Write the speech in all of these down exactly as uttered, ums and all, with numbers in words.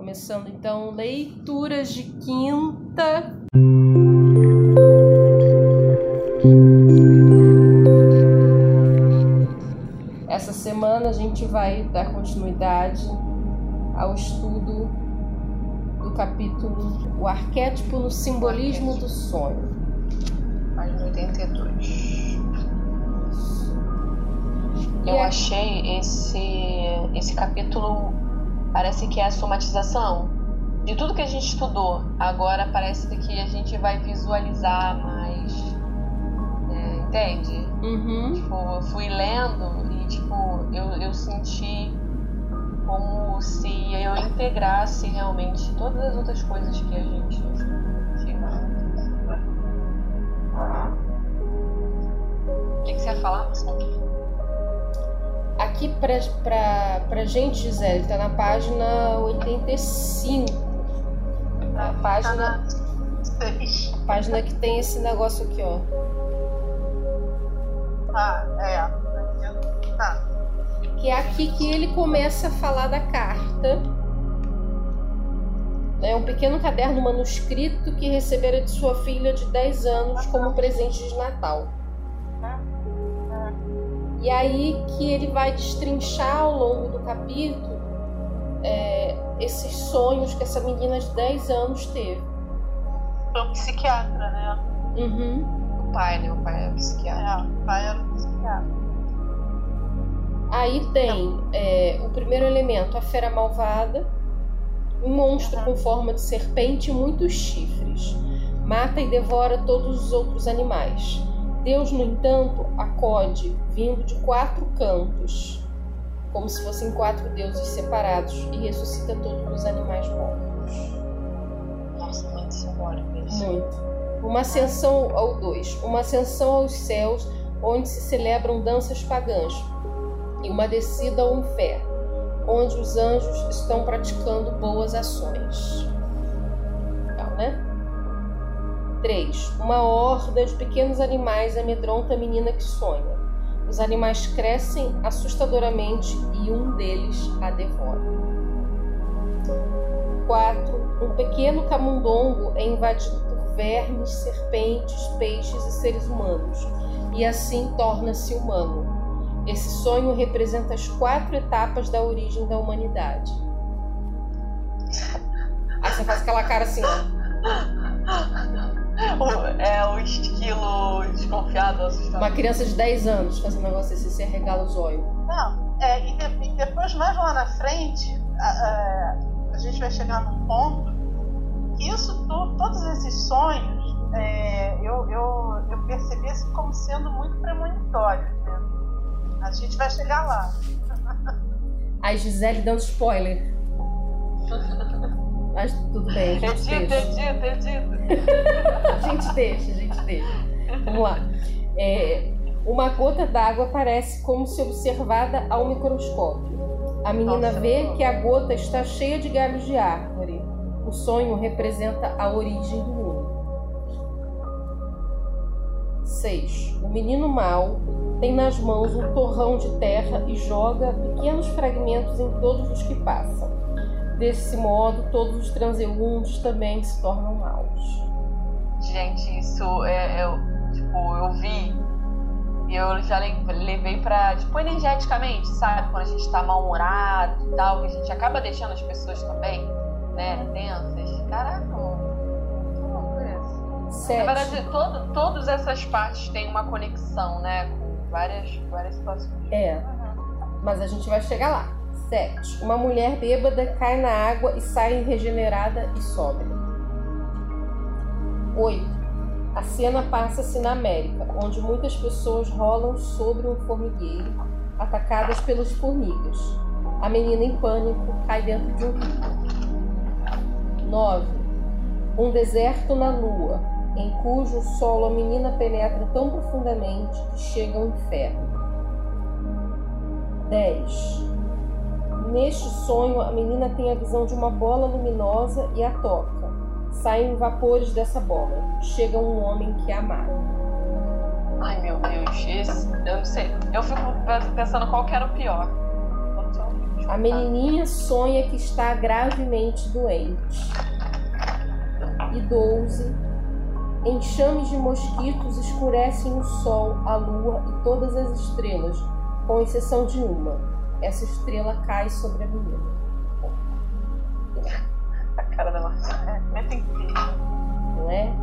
Começando então, leituras de quinta. Essa semana a gente vai dar continuidade ao estudo do capítulo O Arquétipo no Simbolismo do Sonho. Página oitenta e dois. Eu é... achei esse, esse capítulo, parece que é a somatização de tudo que a gente estudou. Agora parece que a gente vai visualizar mais, é, entende? Uhum. Tipo, eu fui lendo e tipo, eu, eu senti como se eu integrasse realmente todas as outras coisas que a gente tinha. O que, que você ia falar, Marcelo? Aqui pra, pra, pra gente, Gisele, tá na página oitenta e cinco. A página, a página que tem esse negócio aqui, ó. Ah, é. Tá. Que é aqui que ele começa a falar da carta. É um pequeno caderno manuscrito que recebera de sua filha de dez anos como presente de Natal. E aí que ele vai destrinchar ao longo do capítulo é, esses sonhos que essa menina de dez anos teve. Foi um psiquiatra, né? Uhum. O pai, né? O pai era psiquiatra. É, o pai era um psiquiatra. Aí tem é, o primeiro elemento, a fera malvada, um monstro uhum. com forma de serpente e muitos chifres. Mata e devora todos os outros animais. Deus, no entanto, acode, vindo de quatro cantos, como se fossem quatro deuses separados, e ressuscita todos os animais mortos. Nossa, muito simbólico isso. Muito. Uma ascensão ao dois. Uma ascensão aos céus, onde se celebram danças pagãs, e uma descida ao inferno, onde os anjos estão praticando boas ações. Legal, né? três. Uma horda de pequenos animais amedronta a menina que sonha. Os animais crescem assustadoramente e um deles a devora. quatro. Um pequeno camundongo é invadido por vermes, serpentes, peixes e seres humanos, e assim torna-se humano. Esse sonho representa as quatro etapas da origem da humanidade. Aí você faz aquela cara assim, ó. É o esquilo desconfiado, assustado. Uma criança de dez anos fazendo um negócio assim, você regala os olhos. Não, é, e, de, e depois, mais lá na frente, a, a, a gente vai chegar num ponto que isso tudo, todos esses sonhos, é, eu, eu, eu percebi assim como sendo muito premonitórios, né? A gente vai chegar lá. A Gisele dando spoiler. Mas tudo bem, a gente edita, deixa. edita, edita. A gente deixa, a gente deixa. Vamos lá. É, uma gota d'água parece como se observada ao microscópio. A menina vê que a gota está cheia de galhos de árvore. O sonho representa a origem do mundo. seis. O menino mau tem nas mãos um torrão de terra e joga pequenos fragmentos em todos os que passam. Desse modo, todos os transeuntes também se tornam maus. Gente, isso é, eu, tipo, eu vi e eu já levei pra, tipo, energeticamente, sabe? Quando a gente tá mal-humorado e tal, que a gente acaba deixando as pessoas também, né, tensas. Caraca, que louco isso. Sete. Na verdade, todo, todas essas partes têm uma conexão, né, com várias, várias situações. É, mas a gente vai chegar lá. sete. Uma mulher bêbada cai na água e sai regenerada e sóbria. oito. A cena passa-se na América, onde muitas pessoas rolam sobre um formigueiro, atacadas pelas formigas. A menina, em pânico, cai dentro de um rio. nove. Um deserto na lua, em cujo solo a menina penetra tão profundamente que chega ao inferno. dez. Neste sonho, a menina tem a visão de uma bola luminosa e a toca. Saem vapores dessa bola. Chega um homem que a mata. Ai, meu Deus, esse, eu não sei. Eu fico pensando qual que era o pior. A menininha sonha que está gravemente doente. E doze. Enxames de mosquitos escurecem o sol, a lua e todas as estrelas, com exceção de uma. Essa estrela cai sobre a menina. A cara da Marcia é muito incrível. Não é?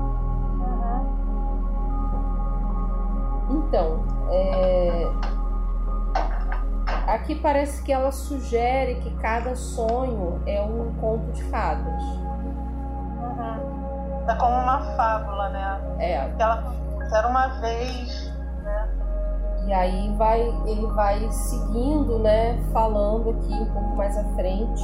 Uhum. Então, é... aqui parece que ela sugere que cada sonho é um conto de fadas. Tá como uma fábula, né? É. Que ela era uma vez, né? E aí vai, ele vai seguindo, né? Falando aqui um pouco mais à frente.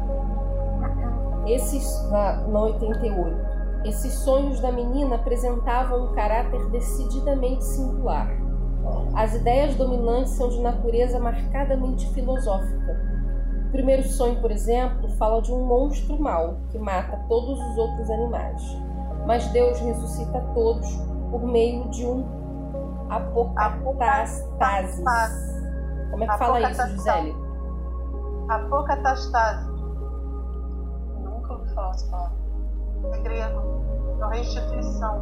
Esses, na, no oitenta e oito, esses sonhos da menina apresentavam um caráter decididamente singular. As ideias dominantes são de natureza marcadamente filosófica. O primeiro sonho, por exemplo, fala de um monstro mau que mata todos os outros animais. Mas Deus ressuscita todos por meio de um apocatastase. Como é que fala isso, Gisele? Apocatastase. Nunca ouvi falar essa palavra. É grego. É restituição.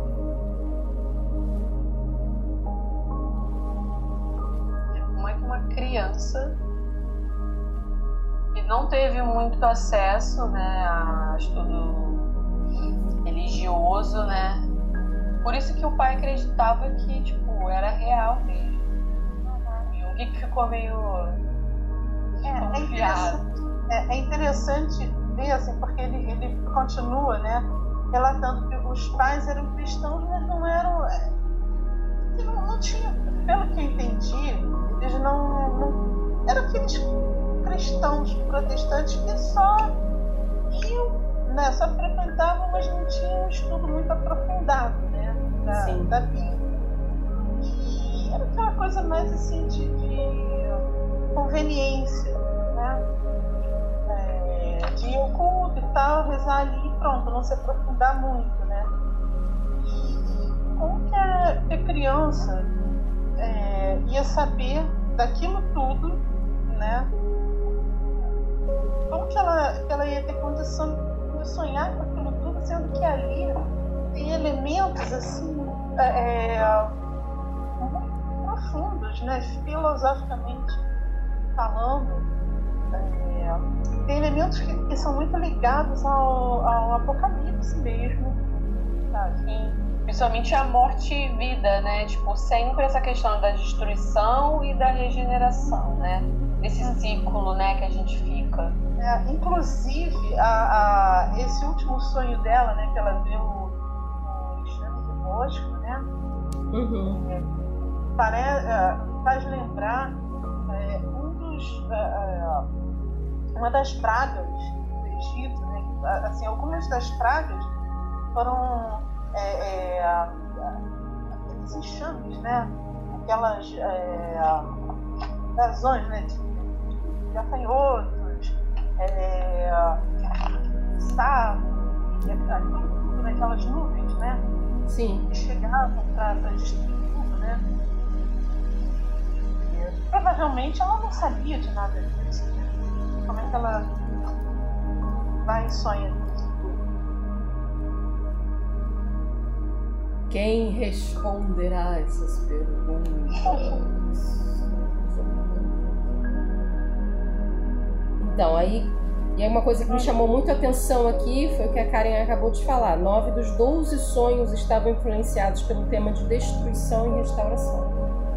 Como é que uma criança que não teve muito acesso, né, a estudo religioso, né? Por isso que o pai acreditava que, tipo, era real mesmo. E o Rick ficou meio É, é, interessante, é, é interessante ver, assim, porque ele, ele continua, né, relatando que os pais eram cristãos, mas não eram... É, não, não tinha, pelo que eu entendi, eles não... não eram filhos cristãos, protestantes, que só iam, né, só frequentavam, mas não tinham um estudo muito aprofundado, né, da, da Bíblia. E era aquela coisa mais assim de, de conveniência, né, é, de ir ao culto e tal, rezar ali e pronto, não se aprofundar muito, né. E como que a, que a criança é, ia saber daquilo tudo, né? Como que ela, que ela ia ter condição de sonhar com aquilo tudo, sendo que ali tem elementos assim é, muito profundos, né? Filosoficamente falando, é, tem elementos que, que são muito ligados ao, ao apocalipse mesmo, sabe? Sim. Principalmente a morte e vida, né? Tipo, sempre essa questão da destruição e da regeneração, né? Esse ciclo, né, que a gente fica. É, inclusive, a, a, esse último sonho dela, né, que ela viu no Enxame de Mosco, né? Uhum. É, pare, é, faz lembrar é, um dos, é, é, uma das pragas do Egito, né? Assim, algumas das pragas foram é, é, aqueles enxames, né? Aquelas é, razões, né? De, gafanhotos, é, sapo, tudo naquelas nuvens, né? Sim. Que chegavam para destruir tudo, né? E, provavelmente ela não sabia de nada disso, né? Como é que ela vai e sonha disso tudo? Quem responderá essas perguntas? Então, aí, e aí uma coisa que me chamou muito a atenção aqui foi o que a Karen acabou de falar. Nove dos doze sonhos estavam influenciados pelo tema de destruição e restauração.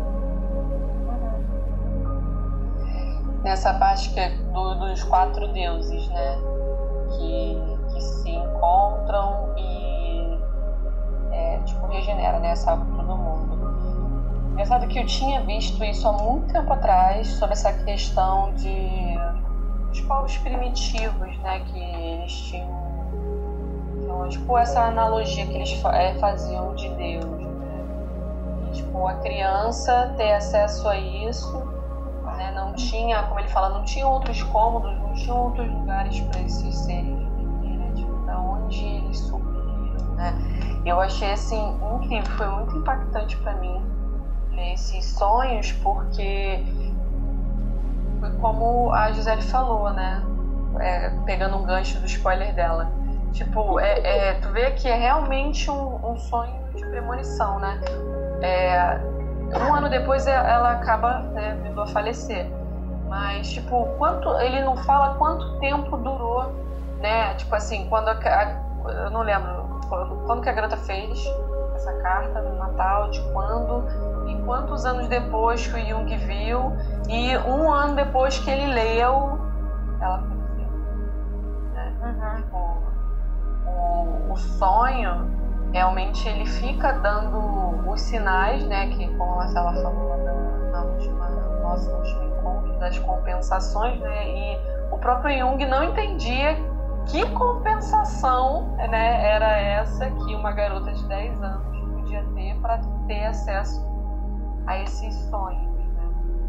Nessa parte que é do, dos quatro deuses, né? Que, que se encontram e é, tipo, regenera, né? Salva todo mundo. Engraçado que eu tinha visto isso há muito tempo atrás, sobre essa questão de os povos primitivos, né, que eles tinham, então, tipo, essa analogia que eles é, faziam de Deus, né? E, tipo, a criança ter acesso a isso, né, não tinha, como ele fala, não tinha outros cômodos, não tinha outros lugares para esses seres viverem, né, tipo, da onde eles surgiram, né? Eu achei, assim, incrível, foi muito impactante para mim, né, esses sonhos, porque foi como a Gisele falou, né? É, pegando um gancho do spoiler dela. Tipo, é, é, tu vê que é realmente um, um sonho de premonição, né? É, um ano depois ela acaba, né, vindo a falecer. Mas, tipo, quanto, ele não fala quanto tempo durou, né? Tipo assim, quando a, a, eu não lembro quando, quando que a garota fez essa carta no Natal, de quando e quantos anos depois que o Jung viu, e um ano depois que ele leu, ela faleceu. Né? Uhum. Tipo, o, o sonho realmente ele fica dando os sinais, né? Que, como a Marcela falou na, na última, no nosso último encontro, das compensações, né? E o próprio Jung não entendia que compensação, né, era essa que uma garota de dez anos podia ter para ter acesso a esses sonhos, né?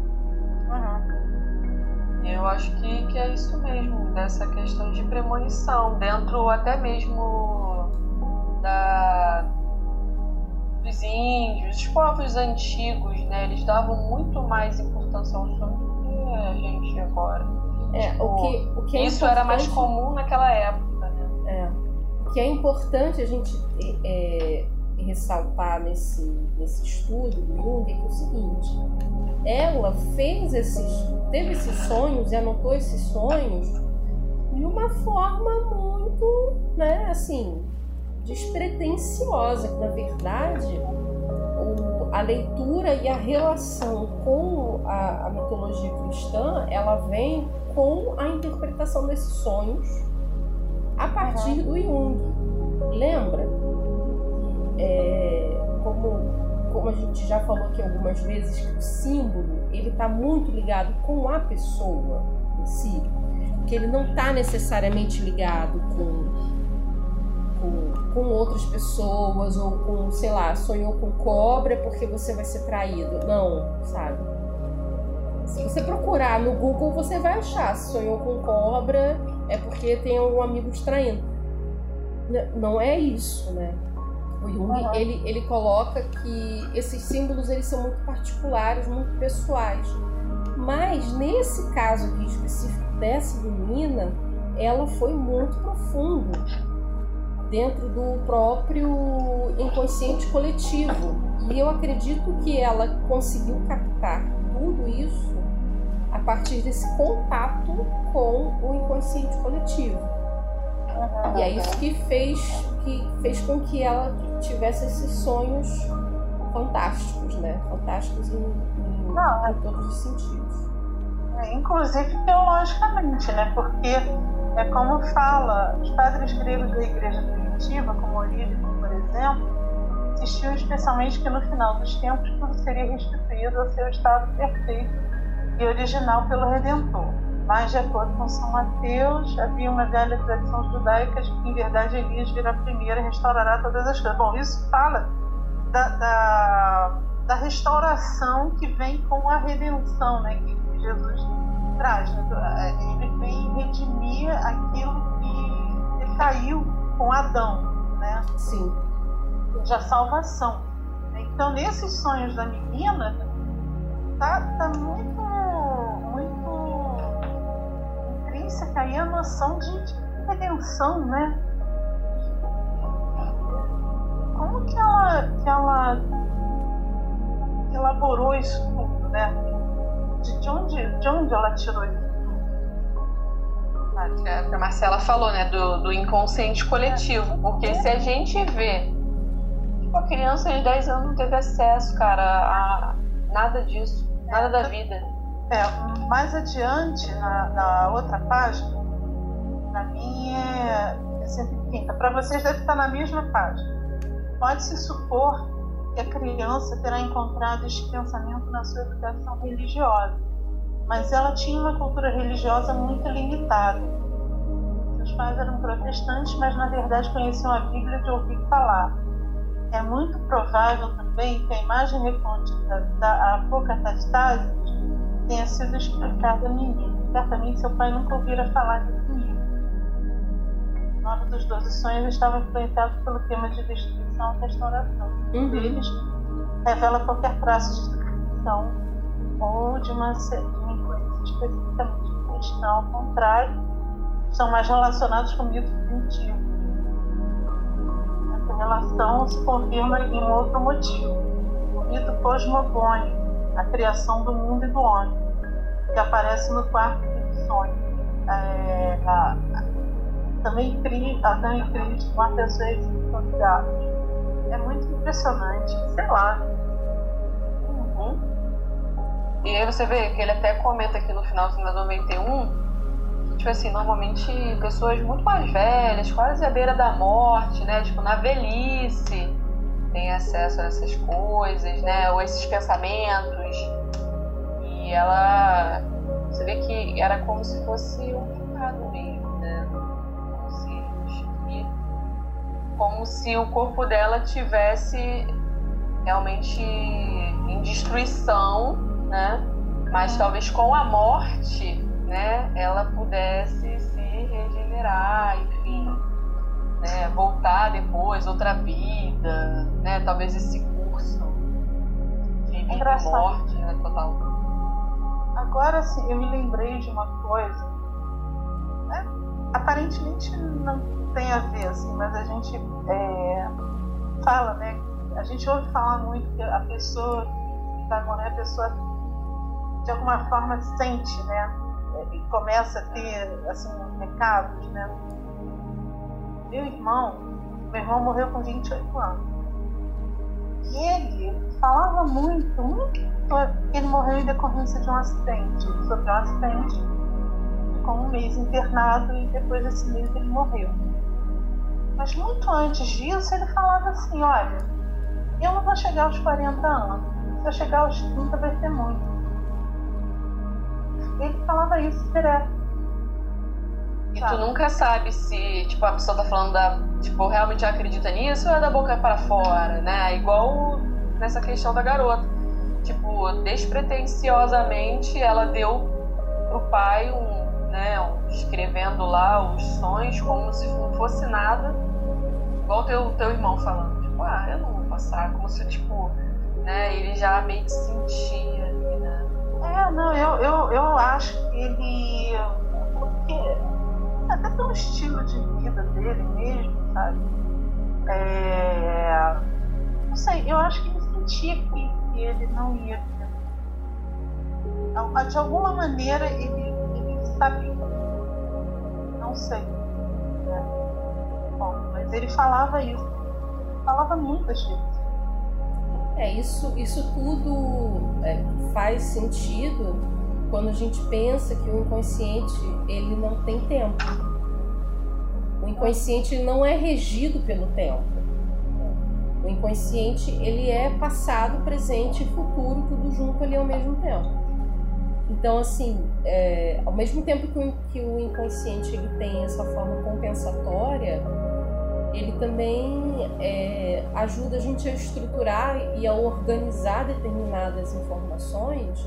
Uhum. Eu acho que, que é isso mesmo, dessa questão de premonição, dentro até mesmo da, dos índios, os povos antigos, né? Eles davam muito mais importância ao sonho do que a gente agora. É, tipo, o que, o que é isso era mais comum naquela época, né? É. O que é importante a gente é, ressaltar nesse, nesse estudo do Jung é, que é o seguinte: ela fez esses, teve esses sonhos e anotou esses sonhos de uma forma muito, né, assim, despretensiosa, que na verdade o, a leitura e a relação com a, a mitologia cristã, ela vem com a interpretação desses sonhos a partir do Jung. Lembra? É, como, como a gente já falou aqui algumas vezes, que o símbolo ele está muito ligado com a pessoa em si, que ele não está necessariamente ligado com, com, com outras pessoas, ou com, sei lá, sonhou com cobra porque você vai ser traído. Não, sabe? Se você procurar no Google, você vai achar. Se sonhou com cobra, é porque tem algum amigo te traindo. Não é isso, né? O Jung, uhum. ele, ele coloca que esses símbolos eles são muito particulares, muito pessoais. Mas, nesse caso aqui específico dessa menina, ela foi muito profundo dentro do próprio inconsciente coletivo. E eu acredito que ela conseguiu captar tudo isso a partir desse contato com o inconsciente coletivo. Uhum. E é isso que fez, que fez com que ela tivesse esses sonhos fantásticos, né? Fantásticos em, em, Não, em todos os sentidos. É, inclusive teologicamente, né? Porque é como fala, os padres gregos da Igreja Primitiva, como Orígenes, por exemplo, insistiam especialmente que no final dos tempos tudo seria restituído ao seu estado perfeito e original pelo Redentor. Mas, de acordo com São Mateus, havia uma velha tradição judaica de que, em verdade, Elias virá primeiro e restaurará todas as coisas. Bom, isso fala da, da, da restauração que vem com a redenção, né, que Jesus traz. Ele vem redimir aquilo que ele caiu com Adão, né? Sim. Já salvação. Então, nesses sonhos da menina, tá, tá muito, muito intrínseca aí a noção de, de redenção, né? Como que ela, que ela elaborou isso tudo, né? De, de, onde, de onde ela tirou isso tudo? É, a Marcela falou, né? Do, do inconsciente coletivo. Porque se a gente vê, tipo, a criança de dez anos não teve acesso, cara, a nada disso, nada da vida. É, mais adiante, na, na outra página, pra mim é, é cento e trinta. Para vocês deve estar na mesma página. Pode-se supor que a criança terá encontrado este pensamento na sua educação religiosa, mas ela tinha uma cultura religiosa muito limitada. Seus pais eram protestantes, mas na verdade conheciam a Bíblia de ouvir falar. É muito provável também que a imagem recôndita da apocatastase tenha sido explicada à menina. Certamente seu pai nunca ouvira falar desse livro. O nome dos doze sonhos estava influenciado pelo tema de destruição e restauração. Um Uhum. deles revela qualquer traço de destruição ou de uma, de uma influência especificamente cristão, ao contrário, são mais relacionados com o mito primitivo. Essa relação se confirma em um outro motivo: o mito cosmogônico, a criação do mundo e do homem, que aparece no quarto sonho. É, a, também Adão e Cristo, uma pessoa extraordinária. É muito impressionante, sei lá. Uhum. E aí você vê que ele até comenta aqui no final da noventa e um, tipo assim, normalmente pessoas muito mais velhas, quase à beira da morte, né? Tipo, na velhice, tem acesso a essas coisas, né? Ou esses pensamentos. E ela, você vê que era como se fosse um pecado mesmo, né? Como se, como se o corpo dela tivesse realmente em destruição, né? Mas talvez com a morte, né, ela pudesse se regenerar, enfim, né, voltar depois, outra vida, né? Talvez esse curso de vida e morte, né, total. Agora sim, eu me lembrei de uma coisa, né? Aparentemente não tem a ver, assim, mas a gente é, fala, né? A gente ouve falar muito que a pessoa que está agora, a pessoa de alguma forma sente, né? E começa a ter, assim, recados, né? Meu irmão, meu irmão morreu com vinte e oito anos. E ele falava muito, muito, que ele morreu em decorrência de um acidente. Ele sofreu um acidente, ficou um mês internado e depois desse mês ele morreu. Mas muito antes disso ele falava assim, olha, eu não vou chegar aos quarenta anos, se eu chegar aos trinta vai ser muito. Ele falava isso direto. E tu nunca sabe se, tipo, a pessoa tá falando da, tipo, realmente acredita nisso ou é da boca para fora, né? Igual nessa questão da garota. Tipo, despretensiosamente ela deu pro pai um, né, um, escrevendo lá os sonhos como se não fosse nada. Igual teu teu irmão falando, tipo, ah, eu não vou passar, como se, tipo, né, ele já meio que sentia, né? É, não, eu, eu, eu acho que ele, porque, até pelo estilo de vida dele mesmo, sabe? É, não sei, eu acho que ele sentia que, que ele não ia. De alguma maneira ele, ele sabia. Não sei. Né? Bom, mas ele falava isso. Falava muitas vezes. É, isso, isso tudo é, faz sentido quando a gente pensa que o inconsciente ele não tem tempo. O inconsciente ele não é regido pelo tempo. O inconsciente ele é passado, presente e futuro, tudo junto ali ao mesmo tempo. Então, assim, é, ao mesmo tempo que o, que o inconsciente ele tem essa forma compensatória, ele também é, ajuda a gente a estruturar e a organizar determinadas informações,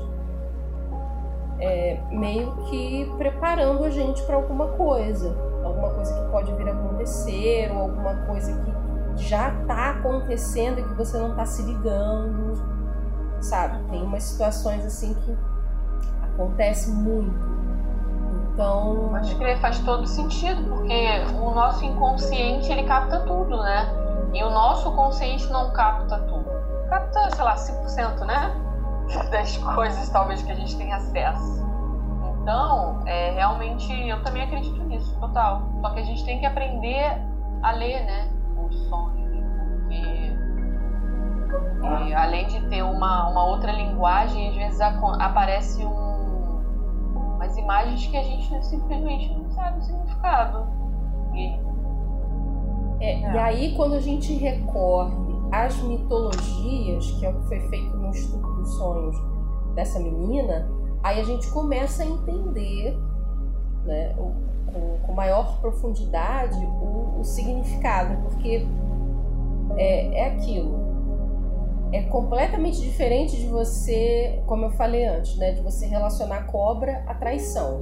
é, meio que preparando a gente para alguma coisa, alguma coisa que pode vir a acontecer, ou alguma coisa que já está acontecendo e que você não está se ligando, sabe? Tem umas situações assim que acontece muito. Então, acho que faz todo sentido, porque o nosso inconsciente ele capta tudo, né? E o nosso consciente não capta tudo. Capta, sei lá, cinco por cento, né? Das coisas talvez que a gente tenha acesso. Então, é, realmente, eu também acredito nisso, total. Só que a gente tem que aprender a ler, né? Os sonhos. Porque, e, além de ter uma, uma outra linguagem, às vezes aparece um as imagens que a gente simplesmente não sabe o significado. E, é, é. e aí, quando a gente recorre às mitologias, que é o que foi feito no estudo dos sonhos dessa menina, aí a gente começa a entender, né, o, com, com maior profundidade o, o significado, porque é, é aquilo. É completamente diferente de você, como eu falei antes, né, de você relacionar cobra à traição.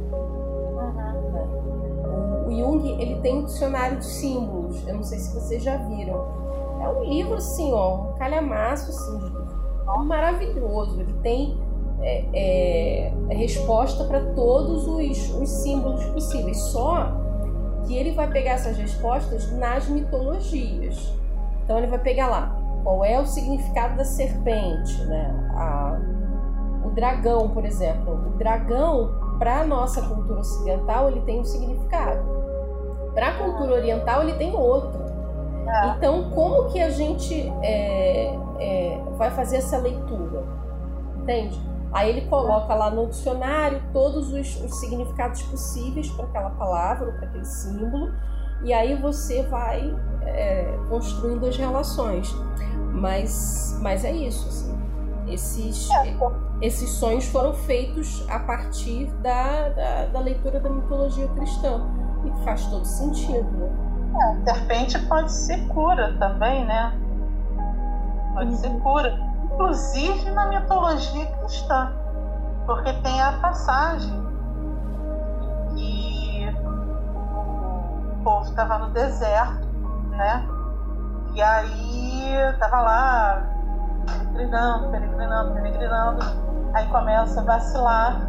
Uhum. O Jung, ele tem um dicionário de símbolos, eu não sei se vocês já viram. É um livro assim, ó, um calhamaço assim, maravilhoso. Ele tem é, é, resposta para todos os, os símbolos possíveis. Só que ele vai pegar essas respostas nas mitologias. Então ele vai pegar lá qual é o significado da serpente, né? A, o dragão, por exemplo. O dragão, para a nossa cultura ocidental, ele tem um significado. Para a cultura oriental, ele tem outro. Então, como que a gente é, é, vai fazer essa leitura? Entende? Aí ele coloca lá no dicionário todos os, os significados possíveis para aquela palavra ou para aquele símbolo, e aí você vai é, construindo as relações. Mas, mas é isso, assim. Esses, esses sonhos foram feitos a partir da, da, da leitura da mitologia cristã, e faz todo sentido, né? É, serpente pode ser cura também, né? Pode uhum. ser cura. Inclusive na mitologia cristã. Porque tem a passagem que o povo estava no deserto, né? E aí estava lá peregrinando, peregrinando, peregrinando. Aí começa a vacilar.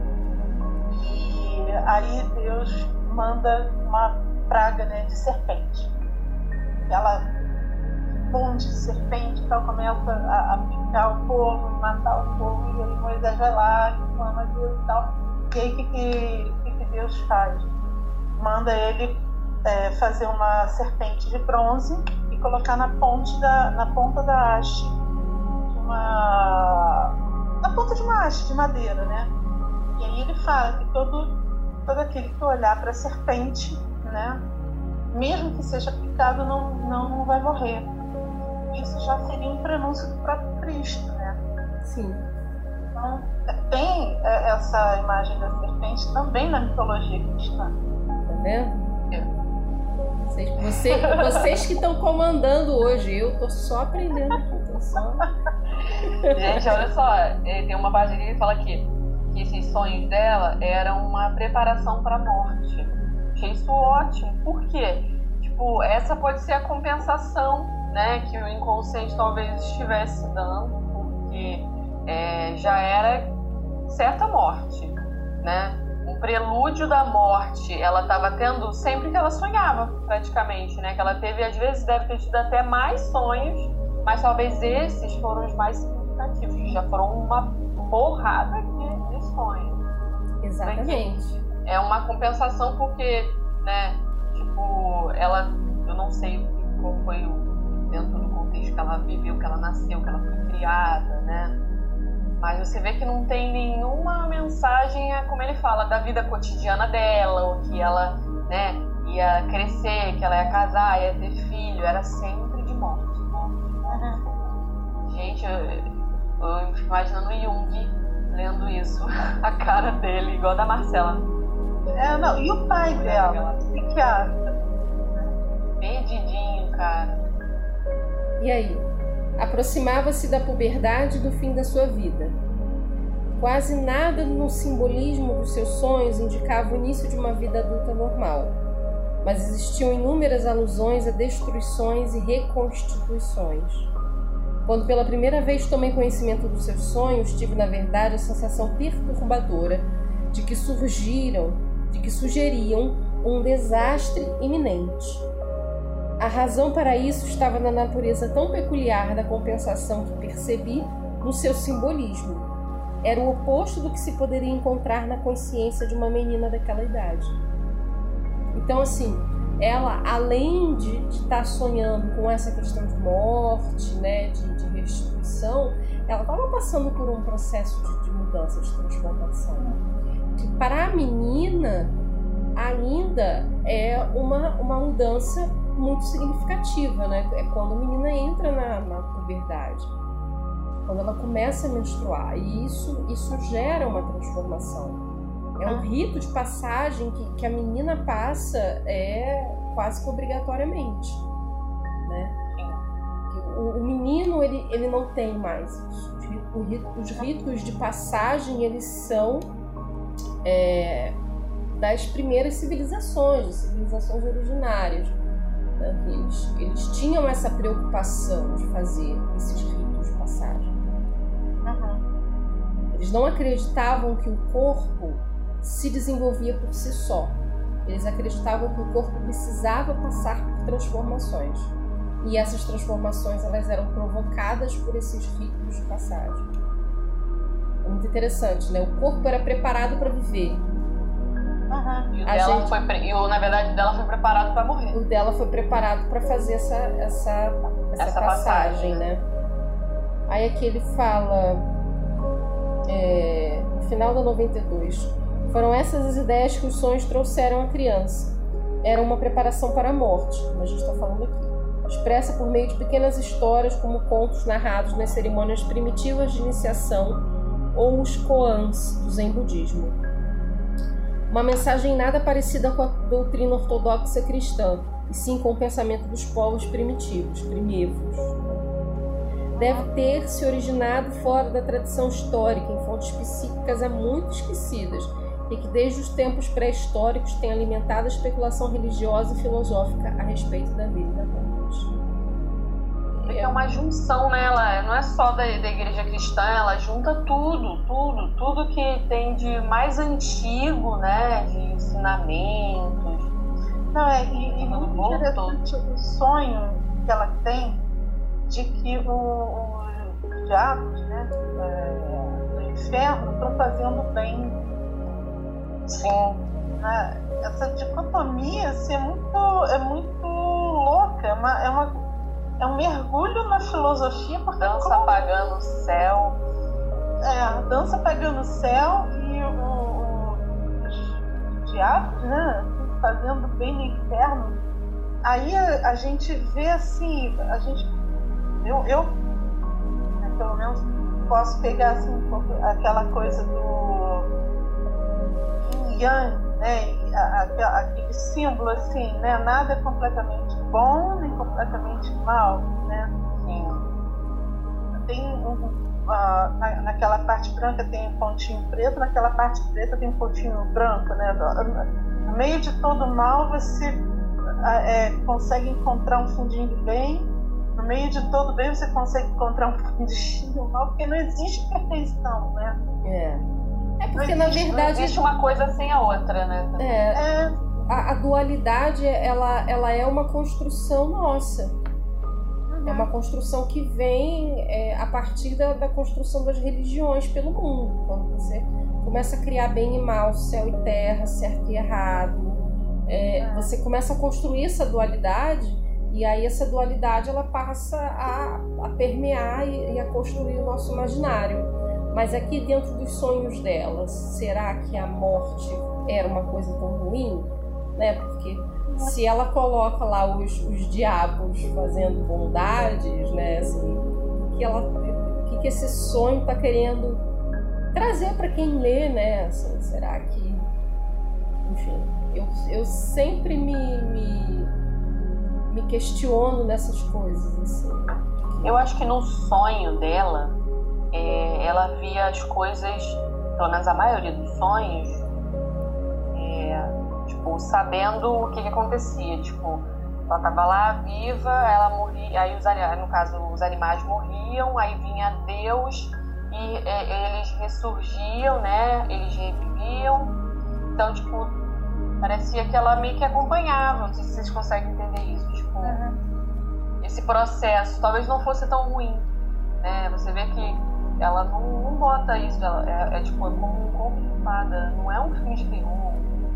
E aí Deus manda uma praga, né, de serpente. Ela ponte de serpente e tal, começa a, a picar o povo, matar o povo, e aí Moisés vai lá, clama a Deus e tal. E aí o que, que, que Deus faz? Manda ele é, fazer uma serpente de bronze e colocar na ponte da, na ponta da haste de uma na ponta de uma haste de madeira, né? E aí ele fala que todo, todo aquele que olhar para a serpente, né, mesmo que seja picado, não, não, não vai morrer. Isso já seria um prenúncio do próprio Cristo, né? Sim. Então, tem essa imagem da serpente também na mitologia cristã. Tá vendo? Vocês, você, vocês que estão comandando hoje, eu tô só aprendendo aqui, tô só... Gente, olha só, tem uma página que fala aqui que esses sonhos dela eram uma preparação para a morte. Achei isso ótimo. Por quê? Tipo, essa pode ser a compensação, né, que o inconsciente talvez estivesse dando, porque é, já era certa morte, né? Um prelúdio da morte ela estava tendo sempre que ela sonhava, praticamente, né? Que ela teve, às vezes, deve ter tido até mais sonhos, mas talvez esses foram os mais significativos, já foram uma porrada de, de sonhos. Exatamente. É uma compensação porque, né, tipo, ela, eu não sei qual foi o, dentro do contexto que ela viveu, que ela nasceu, que ela foi criada, né, mas você vê que não tem nenhuma mensagem, como ele fala, da vida cotidiana dela, ou que ela, né, ia crescer, que ela ia casar, ia ter filho, era sempre de morte, morte, morte. Uhum. Gente, eu, eu fico imaginando o Jung lendo isso, a cara dele, igual a da Marcela. É, não, e o pai dela, psiquiatra. Perdidinho, cara. E aí? Aproximava-se da puberdade e do fim da sua vida. Quase nada no simbolismo dos seus sonhos indicava o início de uma vida adulta normal, mas existiam inúmeras alusões a destruições e reconstituições. Quando pela primeira vez tomei conhecimento dos seus sonhos, tive, na verdade, a sensação perturbadora de que surgiram, de que sugeriam um desastre iminente. A razão para isso estava na natureza tão peculiar da compensação que percebi no seu simbolismo. Era o oposto do que se poderia encontrar na consciência de uma menina daquela idade. Então, assim, ela, além de estar sonhando com essa questão de morte, né, de, de restituição, ela estava passando por um processo de, de mudança, de transformação. Que para a menina ainda é uma, uma mudança muito significativa, né? É quando a menina entra na, na puberdade, quando ela começa a menstruar, e isso, isso gera uma transformação. É um rito de passagem que, que a menina passa é, quase que obrigatoriamente, né? O, o menino, ele, ele não tem mais isso. Os ritos de passagem, eles são é, das primeiras civilizações, civilizações originárias. Eles, eles tinham essa preocupação de fazer esses ritos de passagem. Uhum. Eles não acreditavam que o corpo se desenvolvia por si só. Eles acreditavam que o corpo precisava passar por transformações. E essas transformações elas eram provocadas por esses ritos de passagem. É muito interessante, né? O corpo era preparado para viver. Uhum. E o A dela gente- foi, pre- e o, na verdade, o dela foi preparado para morrer. O dela foi preparado para fazer essa, essa, essa, Essa passagem, passagem, né? Aí aqui ele fala, é, no final da noventa e dois, foram essas as ideias que os sonhos trouxeram à criança. Era uma preparação para a morte, como a gente está falando aqui. Expressa por meio de pequenas histórias, como contos narrados nas cerimônias primitivas de iniciação ou os koans do Zen budismo. Uma mensagem nada parecida com a doutrina ortodoxa cristã, e sim com o pensamento dos povos primitivos, primevos. Deve ter se originado fora da tradição histórica, em fontes psíquicas há muito esquecidas, e que desde os tempos pré-históricos tem alimentado a especulação religiosa e filosófica a respeito da vida e da morte. Porque é uma junção, né? Ela não é só da, da igreja cristã, ela junta tudo, tudo, tudo que tem de mais antigo, né? De ensinamentos. Não, é, e, e muito Voltou. interessante o sonho que ela tem de que o- o- os diabos, né, é, do inferno estão fazendo bem. Sim. Né? Essa dicotomia assim, é, muito, é muito louca, é, uma, é, uma, é um mergulho na filosofia, porque Dança como- apagando o céu. É, a dança pegando o céu e o, o- os diabos, né, fazendo bem no inferno. Aí a, a gente vê assim, a gente, eu, eu né, pelo menos posso pegar assim, um pouco aquela coisa do yin yang, né, e a- a- aquele símbolo assim, né, nada é completamente bom nem completamente mal, né. Sim. Tem um, ah, na, naquela parte branca tem um pontinho preto, naquela parte preta tem um pontinho branco, né? No meio de todo mal você ah, é, consegue encontrar um fundinho de bem, no meio de todo bem você consegue encontrar um fundinho do mal, porque não existe perfeição, né? É, é porque Não na existe- Não verdade existe uma coisa sem a outra, né? é, É, a, a dualidade ela, ela é uma construção nossa. É uma construção que vem é, a partir da, da construção das religiões pelo mundo. Quando você começa a criar bem e mal, céu e terra, certo e errado, é, você começa a construir essa dualidade, e aí essa dualidade ela passa a, a permear e, e a construir o nosso imaginário. Mas aqui dentro dos sonhos delas, será que a morte era uma coisa tão ruim? Né? Porque se ela coloca lá os, os diabos fazendo bondades, né? Assim, o que, ela, o que, que esse sonho está querendo trazer para quem lê, né? Assim, será que... Enfim, eu, eu sempre me, me, me questiono nessas coisas. Assim. Eu acho que no sonho dela, é, ela via as coisas, pelo menos a maioria dos sonhos, é, tipo, sabendo o que, que acontecia. Tipo, ela tava lá viva, ela morria, aí os, no caso os animais morriam, aí vinha Deus e é, eles ressurgiam, né? Eles reviviam. Então, tipo, parecia que ela meio que acompanhava. Não sei se vocês conseguem entender isso. Tipo, uhum. esse processo talvez não fosse tão ruim, né? Você vê que ela não, não bota isso, ela é, é tipo é como um conto de fada, não é um filme de terror.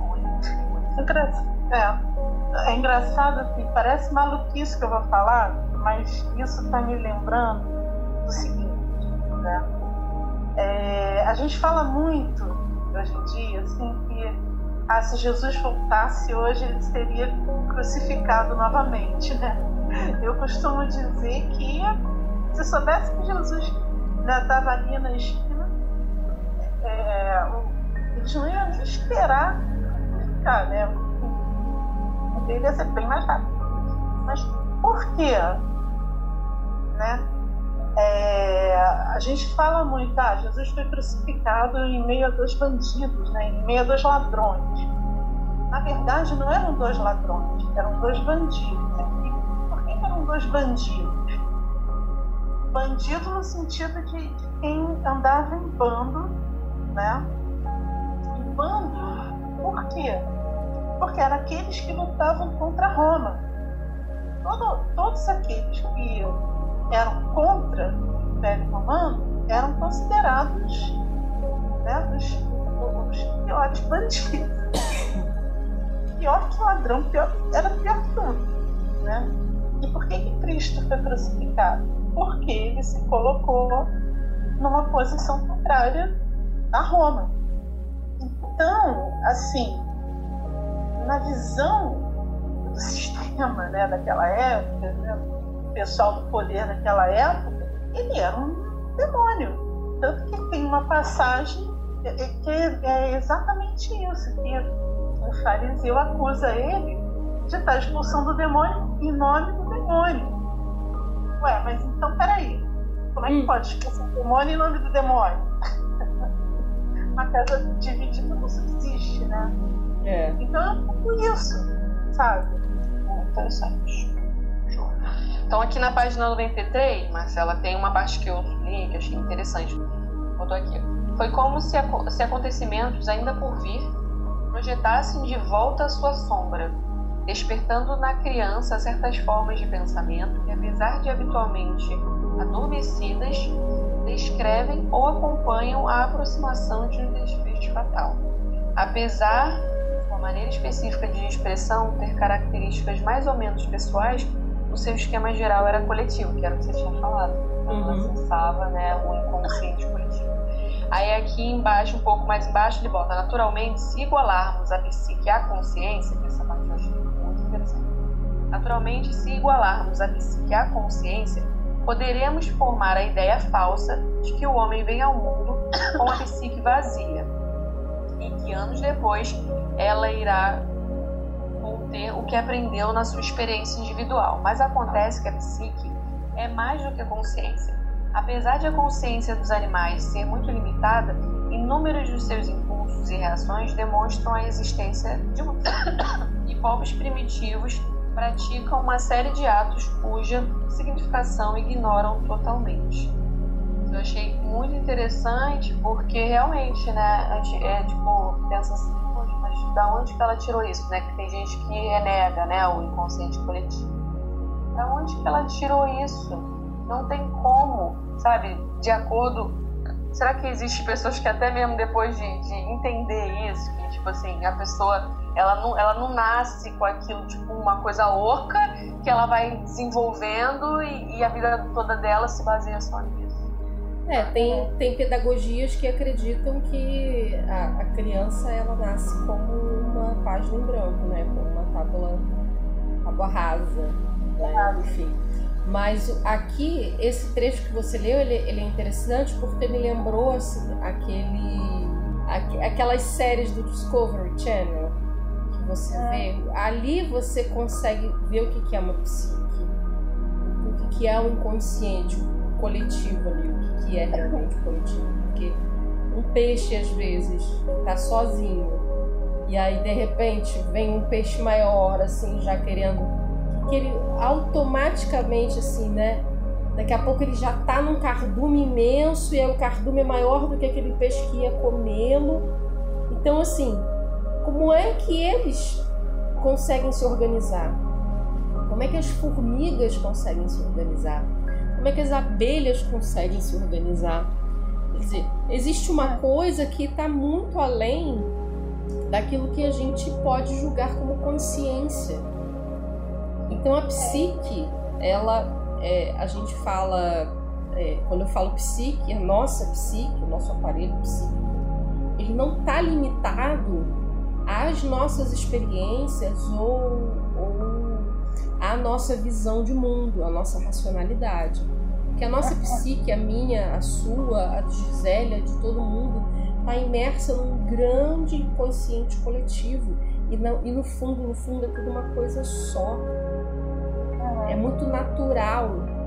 Engra- É, é engraçado, assim, parece maluquice que eu vou falar, mas isso está me lembrando do seguinte, né? É, a gente fala muito hoje em dia, assim, que ah, se Jesus voltasse hoje, ele seria crucificado novamente, né? Eu costumo dizer que se soubesse que Jesus estava ali na esquina, é, eles não iam esperar ficar, né? O dele ia ser bem mais rápido. Mas por quê? Né? É, a gente fala muito, ah, Jesus foi crucificado em meio a dois bandidos, né? Em meio a dois ladrões. Na verdade, não eram dois ladrões, eram dois bandidos. E por que eram dois bandidos? Bandido no sentido de, de quem andava em bando, né? Em bando, por quê? Porque eram aqueles que lutavam contra Roma. Todo, todos aqueles que eram contra o Império Romano eram considerados, né, os, os piores bandidos. Pior que ladrão, pior, era pior que tudo, né? E por que que Cristo foi crucificado? Porque ele se colocou numa posição contrária a Roma. Então, assim, na visão do sistema, né, daquela época, né, o pessoal do poder daquela época, ele era um demônio. Tanto que tem uma passagem que é exatamente isso, que o fariseu acusa ele de estar expulsando o demônio em nome do demônio. Ué, mas então peraí, como é que hum. pode expulsar o demônio em nome do demônio? Uma casa dividida não subsiste, né? É. Então é um pouco isso, sabe? É interessante. Então aqui na página noventa e três, Marcela, tem uma parte que eu li que eu achei interessante. Botou aqui. Foi como se, se acontecimentos ainda por vir projetassem de volta a sua sombra, despertando na criança certas formas de pensamento que, apesar de habitualmente adormecidas, descrevem ou acompanham a aproximação de um desfecho fatal. Apesar de uma maneira específica de expressão ter características mais ou menos pessoais, o seu esquema geral era coletivo, que era o que você tinha falado. Então, uhum. ela acessava, né, o inconsciente coletivo. Aí aqui embaixo, um pouco mais embaixo, ele bota: naturalmente, se igualarmos a psique à consciência, que essa parte eu achei muito interessante. Naturalmente, se igualarmos a psique à consciência, poderemos formar a ideia falsa de que o homem vem ao mundo com a psique vazia e que anos depois ela irá conter o que aprendeu na sua experiência individual. Mas acontece que a psique é mais do que a consciência. Apesar de a consciência dos animais ser muito limitada, inúmeros dos seus impulsos e reações demonstram a existência de uma... e povos primitivos praticam uma série de atos cuja significação ignoram totalmente. Eu achei muito interessante porque realmente, né, a gente é, tipo, pensa assim, mas da onde que ela tirou isso, né? Que tem gente que renega, né, o inconsciente coletivo. Da onde que ela tirou isso? Não tem como, sabe, de acordo... Será que existe pessoas que até mesmo depois de, de entender isso, que tipo assim, a pessoa, ela não, ela não nasce com aquilo, tipo uma coisa oca, que ela vai desenvolvendo e, e a vida toda dela se baseia só nisso? É, tem, tem pedagogias que acreditam que a, a criança, ela nasce como uma página em branco, né, como uma tábua, tábua rasa, né, enfim. Mas aqui, esse trecho que você leu, ele, ele é interessante porque me lembrou assim, aquele, aqu, aquelas séries do Discovery Channel que você é. vê. Ali você consegue ver o que, que é uma psique, o que, que é um inconsciente coletivo ali, o que, que é realmente coletivo. Porque um peixe, às vezes, está sozinho e aí, de repente, vem um peixe maior, assim, já querendo... que ele automaticamente, assim, né, daqui a pouco ele já tá num cardume imenso e aí o cardume é maior do que aquele peixe que ia comê-lo. Então, assim, como é que eles conseguem se organizar? Como é que as formigas conseguem se organizar? Como é que as abelhas conseguem se organizar? Quer dizer, existe uma coisa que está muito além daquilo que a gente pode julgar como consciência. Então a psique, ela, é, a gente fala, é, quando eu falo psique, a nossa psique, o nosso aparelho psíquico, ele não está limitado às nossas experiências ou, ou à nossa visão de mundo, à nossa racionalidade. Porque a nossa psique, a minha, a sua, a de Gisele, a de todo mundo, está imersa num grande inconsciente coletivo. E, não, e no fundo, no fundo, é tudo uma coisa só. É muito natural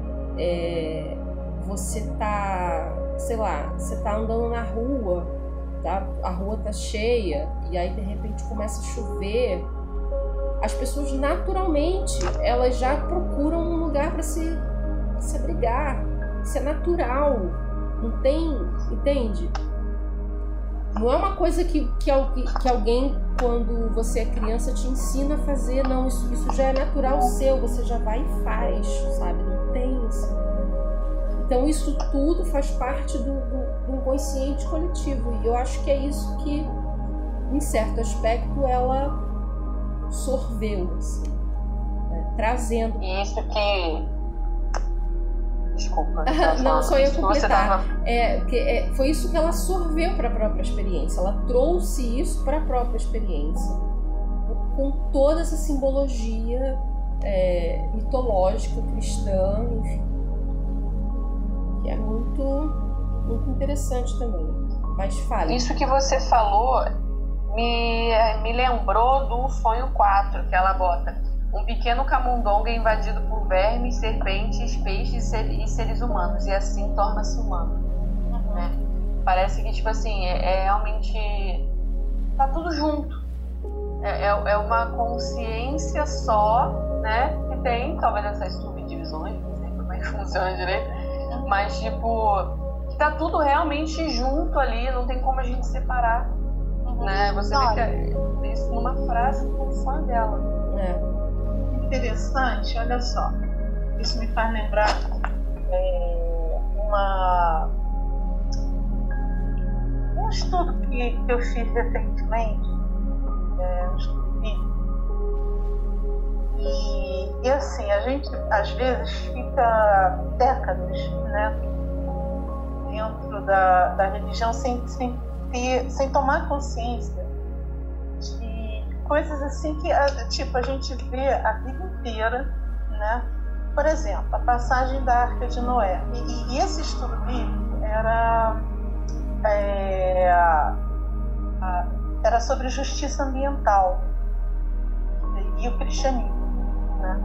é, você tá, sei lá, você tá andando na rua, tá? A rua tá cheia e aí de repente começa a chover. As pessoas naturalmente, elas já procuram um lugar para se, se abrigar. Isso é natural. Não tem, entende? Não é uma coisa que, que, que alguém, quando você é criança, te ensina a fazer. Não, isso, isso já é natural seu, você já vai e faz, sabe? Não tem isso. Então isso tudo faz parte do, do, do inconsciente coletivo. E eu acho que é isso que, em certo aspecto, ela sorveu, assim, né? Trazendo. E isso que... Desculpa. Não, só ia completar. Tava... É, que, é, foi isso que ela sorveu para a própria experiência. Ela trouxe isso para a própria experiência, com toda essa simbologia é, mitológica, cristã, enfim. Que é muito, muito interessante também. Mas fale. Isso que você falou me, me lembrou do Sonho quatro, que ela bota. Um pequeno camundongo é invadido por vermes, serpentes, peixes e seres humanos, e assim torna-se humano. Uhum. Né? Parece que, tipo assim, é, é realmente... Tá tudo junto. É, é, é uma consciência só, né? Que tem, talvez, essas subdivisões, não sei como é que funciona direito, mas, tipo, que tá tudo realmente junto ali, não tem como a gente separar. Uhum. Né? Você vê que é isso numa frase com o sonho dela. É. Interessante, olha só, isso me faz lembrar é, uma, um estudo que, que eu fiz recentemente, é, um estudo bíblico, e, e assim, a gente às vezes fica décadas, né, dentro da, da religião sem, sem, ter, sem tomar consciência de coisas assim que, tipo, a gente vê a vida inteira, né? Por exemplo, a passagem da Arca de Noé. E, e esse estudo bíblico era, é, a, era sobre justiça ambiental e o cristianismo, né?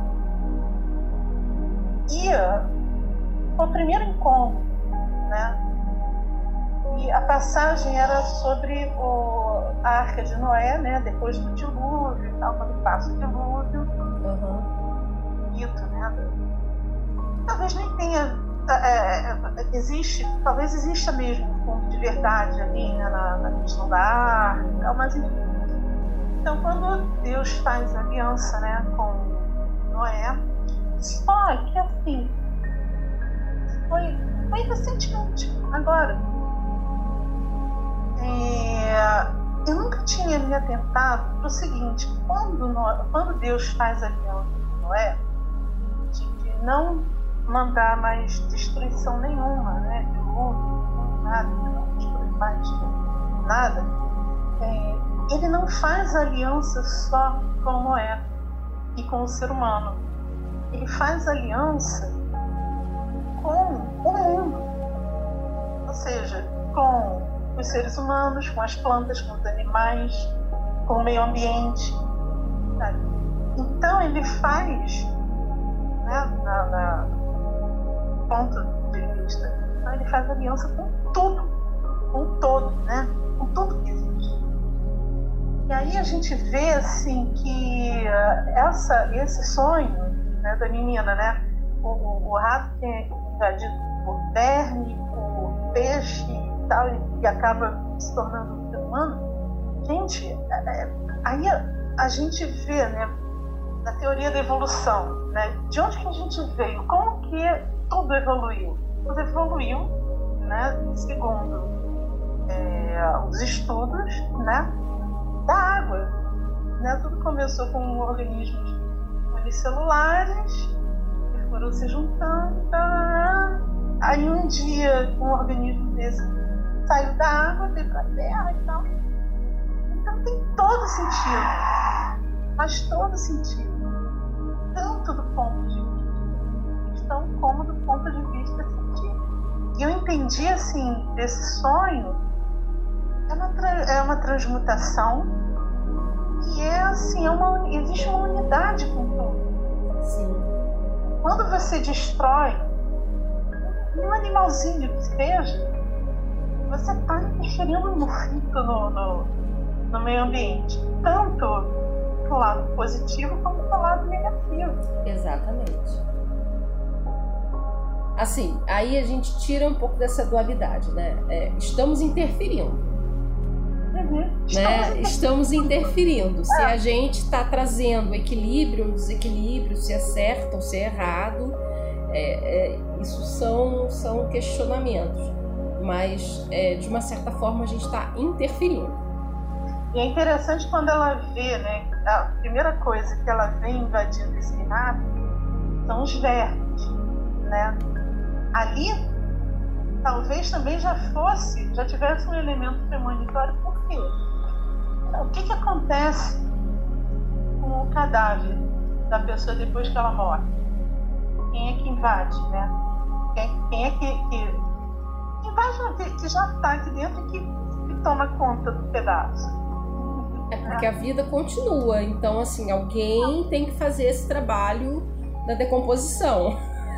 E foi o primeiro encontro, né? E a passagem era sobre o, a Arca de Noé, né? Depois do dilúvio e tal, quando passa o dilúvio. Uhum. Mito, né? Talvez nem tenha... É, existe, talvez exista mesmo um ponto de verdade ali, né, na, na questão da Arca e tal, mas enfim. Então, quando Deus faz aliança, né, com Noé, só que assim, foi, foi recentemente, agora. É, eu nunca tinha me atentado para o seguinte: quando, Noé, quando Deus faz aliança com Noé, de, de não mandar mais destruição nenhuma, né, de luz, nada, não destruir mais nada, é, ele não faz aliança só com Noé e com o ser humano. Ele faz aliança com o mundo, ou seja, com os seres humanos, com as plantas, com os animais, com o meio ambiente, sabe? Então ele faz, né, na, na ponto de vista, então ele faz aliança com tudo, com todo, né, com tudo que existe. E aí a gente vê assim que essa, esse sonho, né, da menina, né, o, o, o rato que é invadido por verme, por peixe e tal, e acaba se tornando um ser humano. Gente, é, aí a, a gente vê, né, na teoria da evolução, né, de onde que a gente veio, como que tudo evoluiu. Tudo evoluiu, né, segundo é, os estudos, né, da água, né? Tudo começou com organismos unicelulares que foram se juntando. Tá? Aí um dia um organismo desse saiu da água, veio para a terra e tal. Então tem todo sentido, faz todo sentido, tanto do ponto de vista cristão como do ponto de vista científico. E eu entendi assim desse sonho. É uma, tra- é uma transmutação e é assim, é uma, existe uma unidade com tudo. Sim. Quando você destrói um animalzinho que seja, você está interferindo muito no, no, no meio ambiente, tanto pro lado positivo como pro lado negativo. Exatamente. assim, aí a gente tira um pouco dessa dualidade, né? É, estamos interferindo. Uhum. Né? Estamos interferindo. Se a gente está trazendo equilíbrio ou desequilíbrio, se é certo ou se é errado, é, é, isso são, são questionamentos. Mas, é, de uma certa forma, a gente está interferindo. E é interessante quando ela vê, né? A primeira coisa que ela vê invadindo esse reinato são os vermes, né? Ali, talvez também já fosse, já tivesse um elemento premonitório. Por quê? O que que acontece com o cadáver da pessoa depois que ela morre? Quem é que invade, né? Quem, quem é que, que invade, que, que já está aqui dentro e que, que toma conta do pedaço? É porque a vida continua, então assim, alguém tem que fazer esse trabalho da decomposição.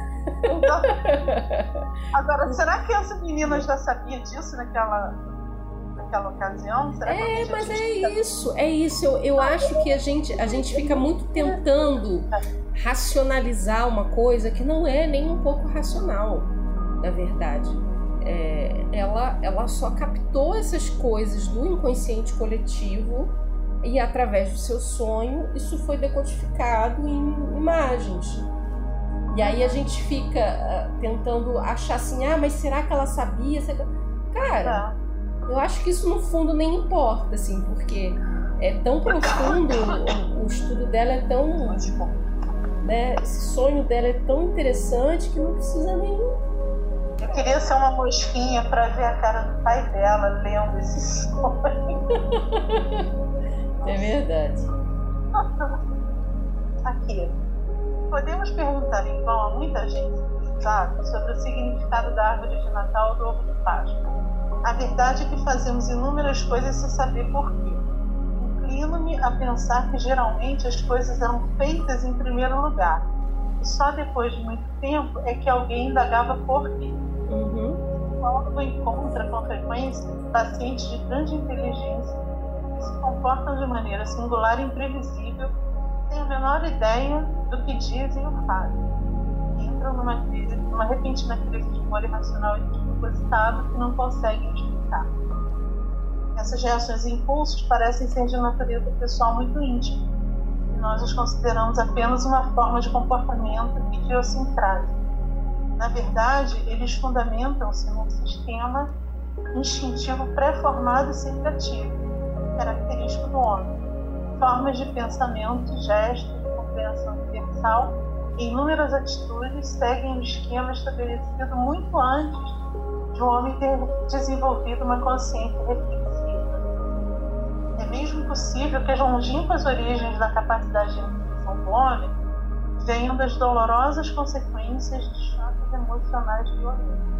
Agora, será que essa menina já sabia disso naquela, naquela ocasião? Será que é, mas é isso, é isso. Eu, eu acho que a gente, a gente fica muito tentando racionalizar uma coisa que não é nem um pouco racional, na verdade. É, ela, ela só captou essas coisas do inconsciente coletivo e, através do seu sonho, isso foi decodificado em imagens. E aí a gente fica uh, tentando achar assim, ah, mas será que ela sabia? Cara, eu acho que isso no fundo nem importa, assim, porque é tão profundo, o, o estudo dela é tão, né, esse sonho dela é tão interessante que não precisa nem... Eu queria ser uma mosquinha para ver a cara do pai dela lendo esse sonho. É verdade. Aqui. Podemos perguntar em vão a muita gente sabe, sobre o significado da árvore de Natal ou do ovo de Páscoa. A verdade é que fazemos inúmeras coisas sem saber porquê. Inclino-me a pensar que geralmente as coisas eram feitas em primeiro lugar. E só depois de muito tempo é que alguém indagava porquê. Uhum. Paulo encontra com frequência pacientes de grande inteligência que se comportam de maneira singular e imprevisível, sem a menor ideia do que dizem ou fazem. Entram numa, crise, numa repentina crise de humor irracional e despropositado que não conseguem explicar. Essas reações e impulsos parecem ser de natureza pessoal muito íntima, e nós os consideramos apenas uma forma de comportamento idiosincrático. Na verdade, eles fundamentam-se num sistema instintivo pré-formado e secretivo, característico do homem. Formas de pensamento, gestos, compreensão universal e inúmeras atitudes seguem um esquema estabelecido muito antes de um homem ter desenvolvido uma consciência reflexiva. É mesmo possível que as longínquas origens da capacidade de reflexão do homem venham das dolorosas consequências de choques emocionais violentos.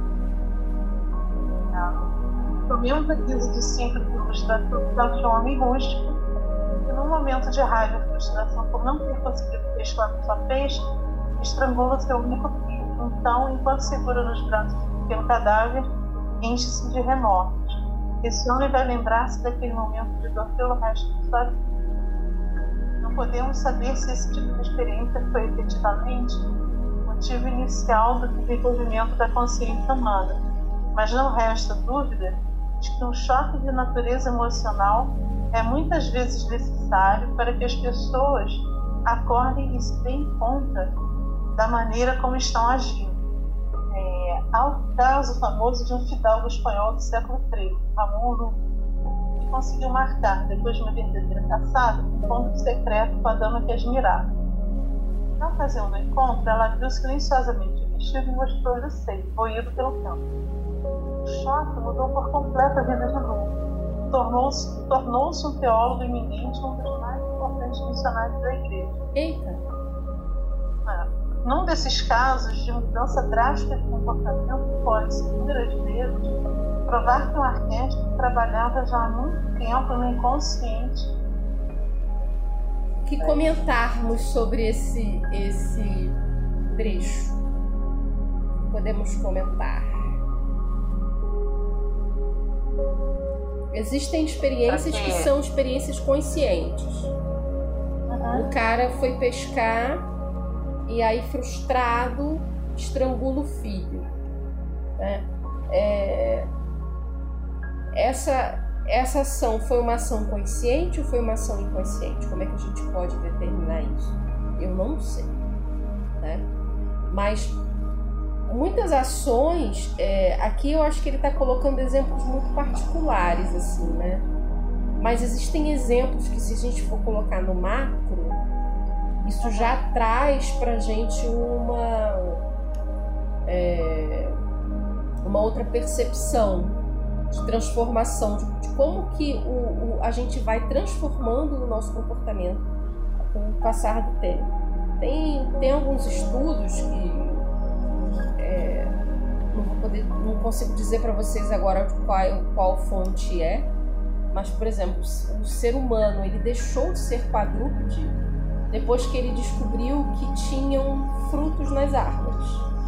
Tomemos a crise de síndrome frustração de um homem rústico que, num momento de raiva e frustração por não ter conseguido pescar sua peixe, estrangula seu único filho. Então, enquanto segura nos braços do pequeno cadáver, enche-se de remorsos. Esse homem vai lembrar-se daquele momento de dor pelo resto de sua vida. Não podemos saber se esse tipo de experiência foi efetivamente o motivo inicial do desenvolvimento da consciência humana, mas não resta dúvida de que um choque de natureza emocional é muitas vezes necessário para que as pessoas acordem e se deem conta da maneira como estão agindo. É, há o caso famoso de um fidalgo espanhol do século treze, Ramon Llull, que conseguiu marcar, depois de uma verdadeira caçada, um encontro secreto com a dama que admirava. Na ocasião do encontro, ela viu silenciosamente o vestido e mostrou-lhe o seio, roído pelo campo. O choque mudou por completo a vida de Llull. Tornou-se, tornou-se um teólogo eminente, um dos mais importantes missionários da igreja. Eita! É. Num desses casos de mudança drástica de comportamento, pode-se, inúmeras vezes, provar que um arquétipo trabalhava já há muito tempo no inconsciente. Que comentarmos sobre esse, esse trecho? Podemos comentar. Existem experiências que são experiências conscientes. Uhum. O cara foi pescar e aí, frustrado, estrangula o filho. Né? É, essa, essa ação foi uma ação consciente ou foi uma ação inconsciente? Como é que a gente pode determinar isso? Eu não sei. Né? Mas muitas ações, é, aqui eu acho que ele está colocando exemplos muito particulares, assim, né? Mas existem exemplos que, se a gente for colocar no macro, isso já traz para a gente uma, é, uma outra percepção de transformação, de, de como que o, o, a gente vai transformando o nosso comportamento com o passar do tempo. Tem, tem alguns estudos que é, não, vou poder, não consigo dizer para vocês agora qual, qual fonte é, mas, por exemplo, o ser humano ele deixou de ser quadrúpede depois que ele descobriu que tinham frutos nas árvores.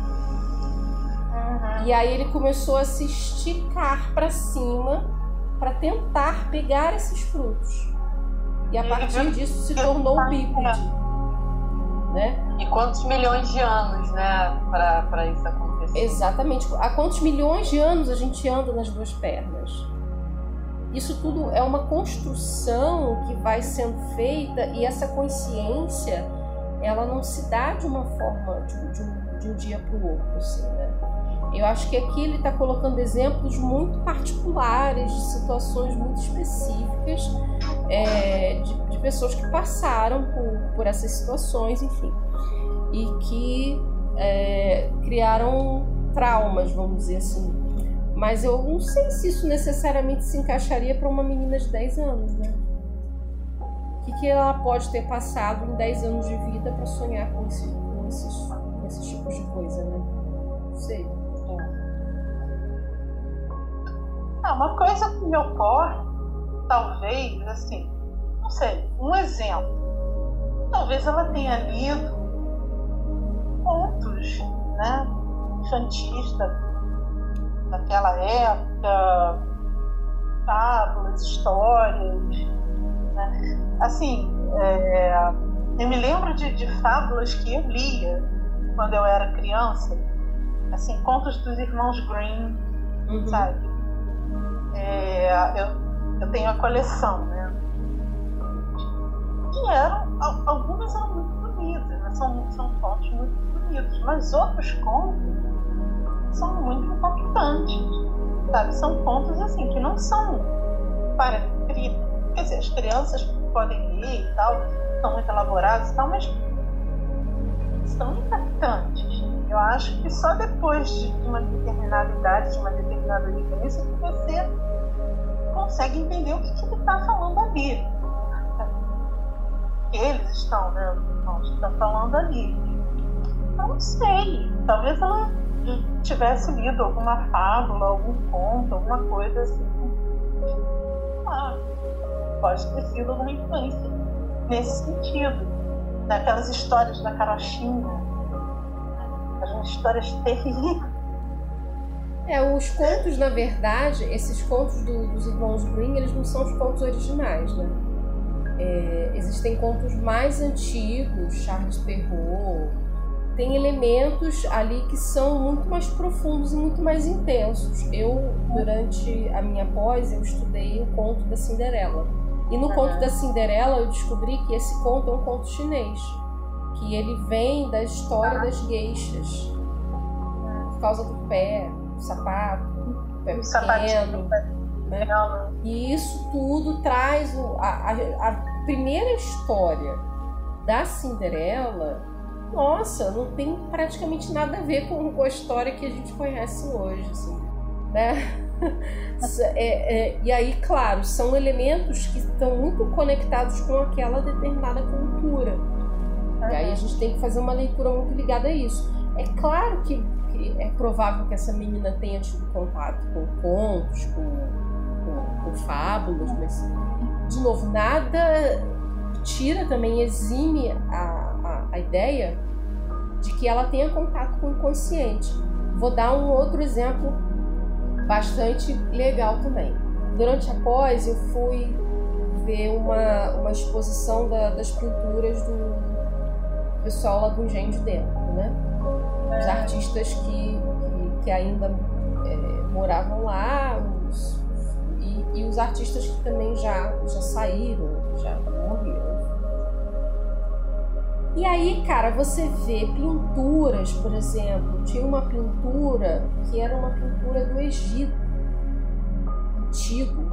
Uhum. E aí ele começou a se esticar para cima para tentar pegar esses frutos. E a partir disso se tornou bípede. Né? E quantos milhões de anos, né, para isso acontecer? Exatamente. Há quantos milhões de anos a gente anda nas duas pernas? Isso tudo é uma construção que vai sendo feita, e essa consciência, ela não se dá de uma forma, de um, de um, de um dia para o outro, assim, né? Eu acho que aqui ele está colocando exemplos muito particulares, de situações muito específicas, é, de, de pessoas que passaram por, por essas situações, enfim, e que é, criaram traumas, vamos dizer assim. Mas eu não sei se isso necessariamente se encaixaria para uma menina de dez anos, né? O que, que ela pode ter passado em dez anos de vida para sonhar com, esse, com, esses, com esses tipos de coisa, né? Não sei. Ah, uma coisa que me ocorre, talvez, assim, não sei, um exemplo. Talvez ela tenha lido contos, né, infantis daquela época, fábulas, histórias, né? Assim, é, eu me lembro de, de fábulas que eu lia quando eu era criança, assim, contos dos irmãos Grimm, uhum. sabe? É, eu, eu tenho a coleção, né? E eram, algumas eram muito bonitas, né? são, são contos muito bonitos, mas outros contos são muito impactantes, sabe? São contos assim que não são para crianças, quer dizer, as crianças podem ler e tal, são muito elaborados e tal, mas são impactantes. Eu acho que só depois de uma determinada idade, de uma determinada vivência, que você consegue entender o que ele está falando ali. Eles estão, né? Os estão falando ali. Não sei. Talvez ela tivesse lido alguma fábula, algum conto, alguma coisa assim. Ah, pode ter sido alguma influência nesse sentido. Naquelas histórias da carochinha. As histórias terríveis. É, os contos, na verdade, esses contos do, dos irmãos Grimm, eles não são os contos originais, né? É, existem contos mais antigos, Charles Perrault, tem elementos ali que são muito mais profundos e muito mais intensos. Eu, durante a minha pós, eu estudei o conto da Cinderela. E no uhum. conto da Cinderela eu descobri que esse conto é um conto chinês, que ele vem da história das geishas, por causa do pé, do sapato, do pé pequeno, né? E isso tudo traz o, a, a, a primeira história da Cinderela. Nossa, não tem praticamente nada a ver com, com a história que a gente conhece hoje, assim, né? É, é, e aí, claro, são elementos que estão muito conectados com aquela determinada cultura. Uhum. E aí a gente tem que fazer uma leitura muito ligada a isso. É claro que, que é provável que essa menina tenha tido contato com contos, com, com, com fábulas, mas, de novo, nada tira também, exime a, a, a ideia de que ela tenha contato com o inconsciente. Vou dar um outro exemplo bastante legal também. Durante a pós, eu fui ver uma, uma exposição da, das pinturas do pessoal lá do Engenho de Dentro, né? os artistas que, que, que ainda é, moravam lá, os, e, e os artistas que também já, já saíram, já morreram. E aí, cara, você vê pinturas, por exemplo, tinha uma pintura que era uma pintura do Egito antigo,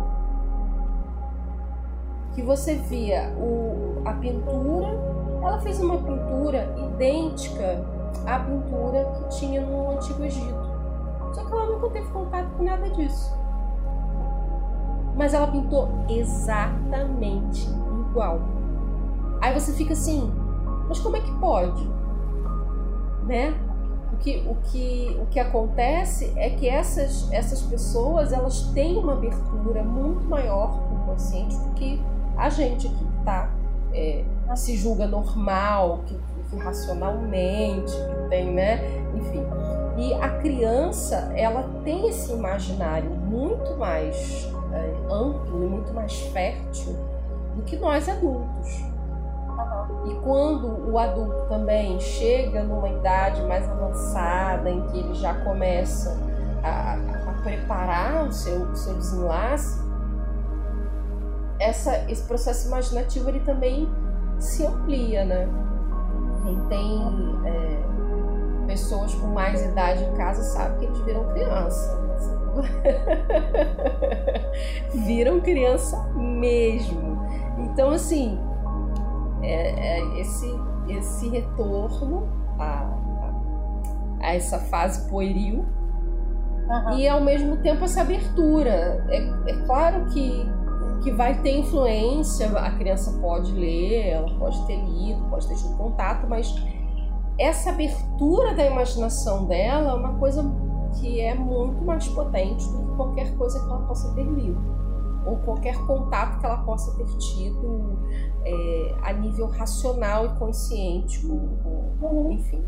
que você via o, a pintura, ela fez uma pintura idêntica à pintura que tinha no Antigo Egito. Só que ela nunca teve contato com nada disso. Mas ela pintou exatamente igual. Aí você fica assim, mas como é que pode? Né? O que, o que, o que acontece é que essas, essas pessoas, elas têm uma abertura muito maior para o consciente do que a gente que tá, é, se julga normal, que, que racionalmente, que tem, né? Enfim. E a criança, ela tem esse imaginário muito mais é, amplo e muito mais fértil do que nós adultos. E quando o adulto também chega numa idade mais avançada, em que ele já começa a, a preparar o seu, o seu desenlace, essa, esse processo imaginativo ele também se amplia, né? Quem tem é, pessoas com mais idade em casa sabe que eles viram criança. Viram criança mesmo. Então, assim, é, é esse, esse retorno a, a, a essa fase pueril, uhum. E ao mesmo tempo essa abertura. É, é claro que que vai ter influência, a criança pode ler, ela pode ter lido, pode ter tido contato, mas essa abertura da imaginação dela é uma coisa que é muito mais potente do que qualquer coisa que ela possa ter lido, ou qualquer contato que ela possa ter tido é, a nível racional e consciente, ou, enfim.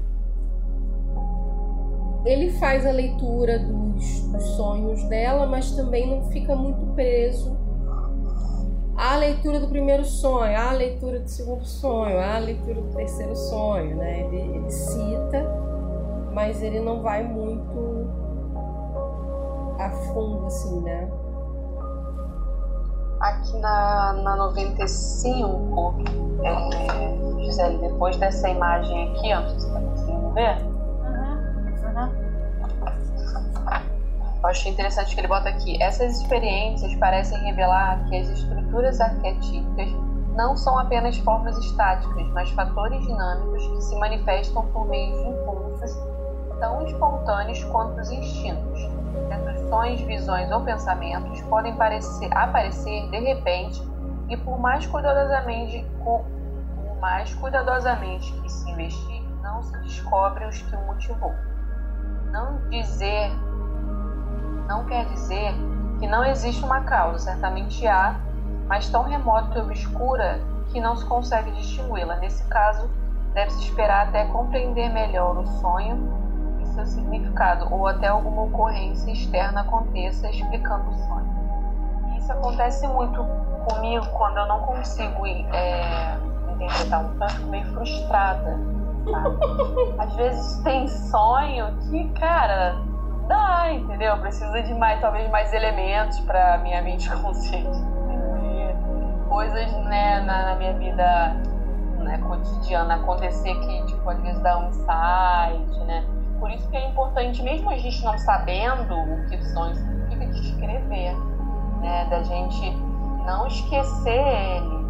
Ele faz a leitura dos, dos sonhos dela, mas também não fica muito preso a leitura do primeiro sonho, a leitura do segundo sonho, a leitura do terceiro sonho, né? Ele, ele cita, mas ele não vai muito a fundo, assim, né? Aqui na, na noventa e cinco, é, Gisele, depois dessa imagem aqui, ó, você está conseguindo ver? Uhum. Uhum. Eu achei interessante que ele bota aqui: essas experiências parecem revelar que as estruturas arquetípicas não são apenas formas estáticas, mas fatores dinâmicos que se manifestam por meio de impulsos tão espontâneos quanto os instintos. Intuições, visões ou pensamentos podem parecer, aparecer de repente e por mais cuidadosamente, por mais cuidadosamente que se investigue, não se descobre os que o motivou. Não dizer Não quer dizer que não existe uma causa, certamente há, mas tão remota e obscura que não se consegue distingui-la. Nesse caso, deve-se esperar até compreender melhor o sonho e seu significado, ou até alguma ocorrência externa aconteça explicando o sonho. E isso acontece muito comigo quando eu não consigo é, interpretar um sonho, fico meio frustrada, sabe? Às vezes tem sonho que, cara, dá, entendeu? Precisa de mais, talvez mais elementos para minha mente consciente entender coisas, né, na, na minha vida, né, cotidiana acontecer que, tipo, às vezes dá um insight, né? Por isso que é importante, mesmo a gente não sabendo o que sonho significa, de escrever, né? Da gente não esquecer ele,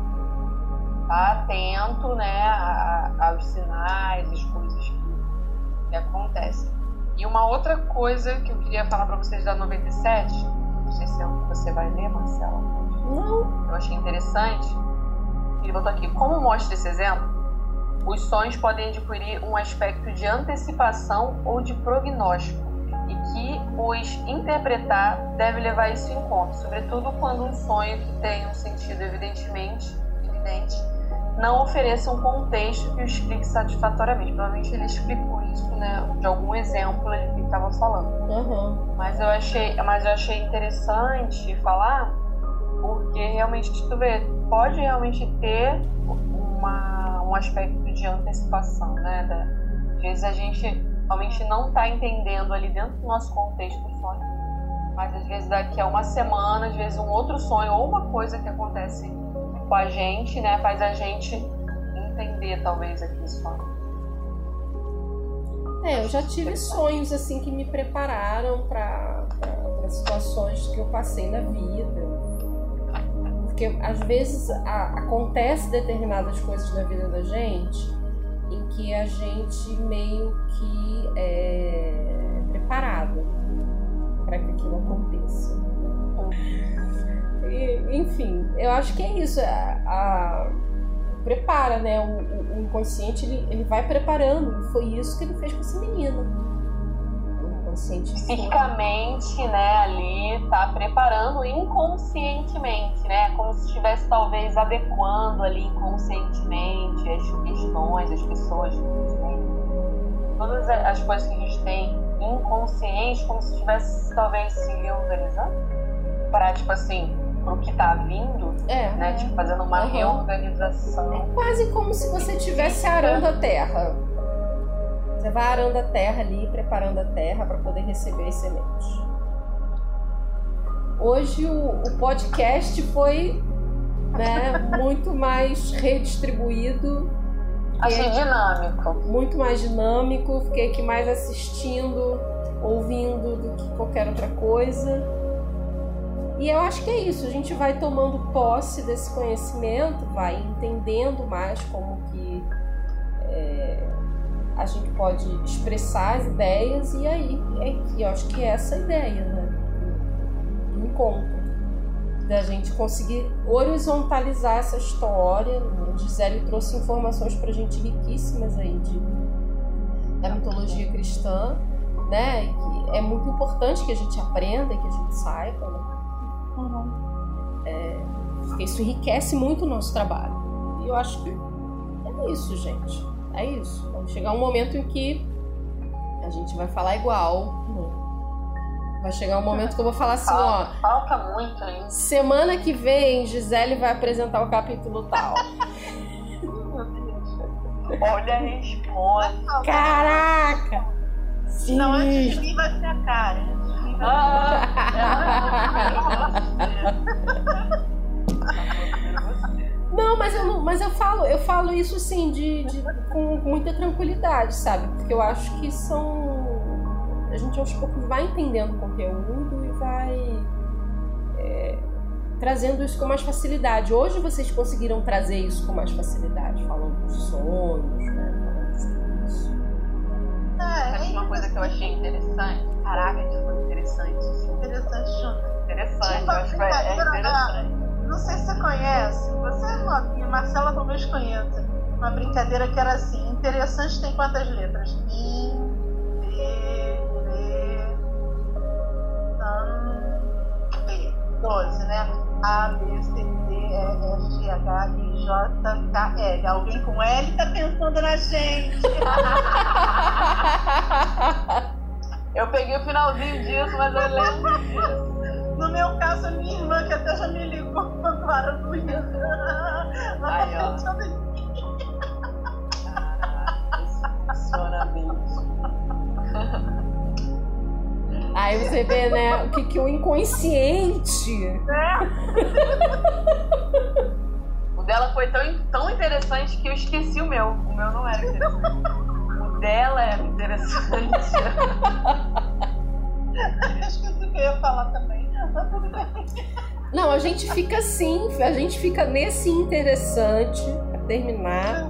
tá atento, né, a, a, aos sinais, às coisas que, que acontecem. E uma outra coisa que eu queria falar para vocês da noventa e sete, não sei se é o que você vai ler, Marcela. Não. Eu achei interessante. Ele botou aqui: como mostra esse exemplo, os sonhos podem adquirir um aspecto de antecipação ou de prognóstico, e que os interpretar deve levar isso em conta, sobretudo quando um sonho que tem um sentido evidentemente evidente não ofereça um contexto que o explique satisfatoriamente. Provavelmente ele explicou isso, né, de algum exemplo ele que estava falando. Uhum. Mas eu achei, mas eu achei interessante falar, porque realmente, tu vê, pode realmente ter uma, um aspecto de antecipação, né? Da, às vezes a gente realmente não está entendendo ali dentro do nosso contexto do sonho. Mas às vezes daqui a uma semana, às vezes um outro sonho ou uma coisa que acontece com a gente, né, faz a gente entender talvez aquele sonho. É, eu já tive sonhos assim que me prepararam para situações que eu passei na vida. Porque às vezes a, acontece determinadas coisas na vida da gente em que a gente meio que é preparado para que aquilo aconteça. E, enfim, eu acho que é isso. A, a, prepara, né? O, o inconsciente ele, ele vai preparando. E foi isso que ele fez com essa menina. O inconsciente fisicamente, né? Ali tá preparando inconscientemente, né? Como se estivesse talvez adequando ali inconscientemente as questões, as pessoas, todas as coisas que a gente tem inconsciente, como se estivesse talvez se organizando para, tipo assim, pro que tá vindo, é, né? É. Tipo, fazendo uma uhum. reorganização. É quase como se você estivesse arando a terra. Você vai arando a terra ali, preparando a terra para poder receber as sementes. Hoje o, o podcast foi, né, muito mais redistribuído. Achei dinâmico. Muito mais dinâmico. Fiquei aqui mais assistindo, ouvindo do que qualquer outra coisa. E eu acho que é isso. A gente vai tomando posse desse conhecimento, vai entendendo mais como que é, a gente pode expressar as ideias. E aí, é, eu acho que é essa a ideia, né? Do encontro. Da gente conseguir horizontalizar essa história. O Gisele trouxe informações pra gente riquíssimas aí de, da mitologia cristã, né? E que é muito importante que a gente aprenda, que a gente saiba, né? Uhum. É, porque isso enriquece muito o nosso trabalho. E eu acho que é isso, gente. É isso. Vai chegar um momento em que a gente vai falar igual, né? Vai chegar um momento que eu vou falar assim, falta, ó... Falta muito ainda. Semana que vem, Gisele vai apresentar o capítulo tal. Olha a resposta. Caraca! Sim. Não, antes de mim vai ser a cara. Ah, não, mas eu, não, mas eu falo, eu falo isso assim de, de, com muita tranquilidade, sabe? Porque eu acho que são... A gente aos poucos vai entendendo o conteúdo e vai é, trazendo isso com mais facilidade. Hoje vocês conseguiram trazer isso com mais facilidade, falando dos sonhos, né? Falando de tudo isso. É, Acho uma coisa que eu achei interessante. Caraca, isso foi interessante. Interessante, Júnior. Interessante, eu acho que é interessante. Não sei se você conhece, você é novinha, Marcela talvez conheça. Uma brincadeira que era assim: interessante tem quantas letras? I, D, B, doze, né? A, B, C, D, E, F, G, H, I, J, K, L. Alguém com L tá pensando na gente. Eu peguei o finalzinho disso, mas eu lembro disso. No meu caso, a minha irmã, que até já me ligou agora no Rio. Ela tá pensando em mim. Caraca, isso funciona mesmo. Aí você vê, né, o que, que o inconsciente... É. O dela foi tão, tão interessante que eu esqueci o meu. O meu não era interessante. O dela era interessante. Esqueci o que eu ia falar também. Mas tudo bem. Não, a gente fica assim, a gente fica nesse interessante, pra terminar,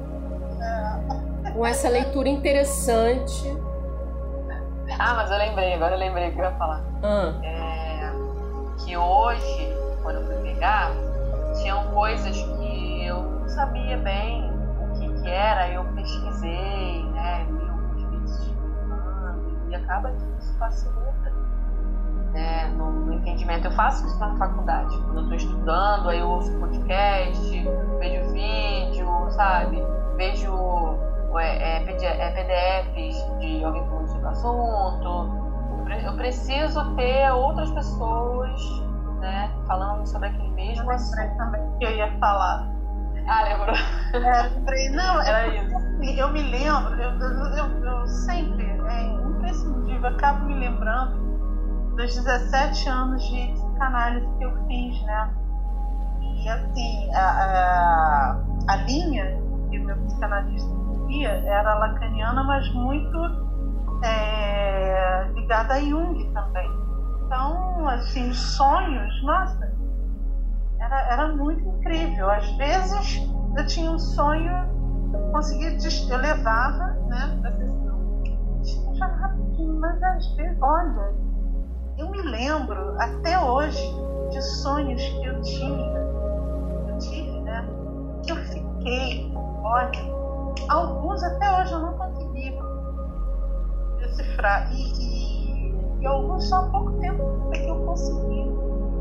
com essa leitura interessante. Ah, mas eu lembrei, agora eu lembrei o que eu ia falar. Ah. É, que hoje, quando eu fui pegar, tinham coisas que eu não sabia bem o que, que era, eu pesquisei, né, li alguns vídeos explicando, e acaba que isso facilita, né, no, no entendimento. Eu faço isso na faculdade, quando eu estou estudando, aí eu ouço podcast, vejo vídeo, sabe, vejo é, é, P D Fs de alguém falando sobre o assunto. Eu preciso ter outras pessoas, né, falando sobre aquele mesmo assunto. Também que eu ia falar. Ah, lembrou? É, lembrei, não, era isso. eu me lembro, eu, eu, eu sempre, é imprescindível, acabo me lembrando dos dezessete anos de psicanálise que eu fiz, né? E assim, a, a, a linha que o meu psicanalista seguia era lacaniana, mas muito é, ligada a Jung também. Então, assim, os sonhos, nossa, era, era muito incrível. Às vezes eu tinha um sonho, eu conseguia, eu levava, né, pra sessão, já rapidinho, mas às vezes, olha, eu me lembro até hoje de sonhos que eu tinha, eu tive, né, que eu fiquei, olha, alguns até hoje eu não consegui decifrar, e, e, e alguns só há pouco tempo é que eu consegui.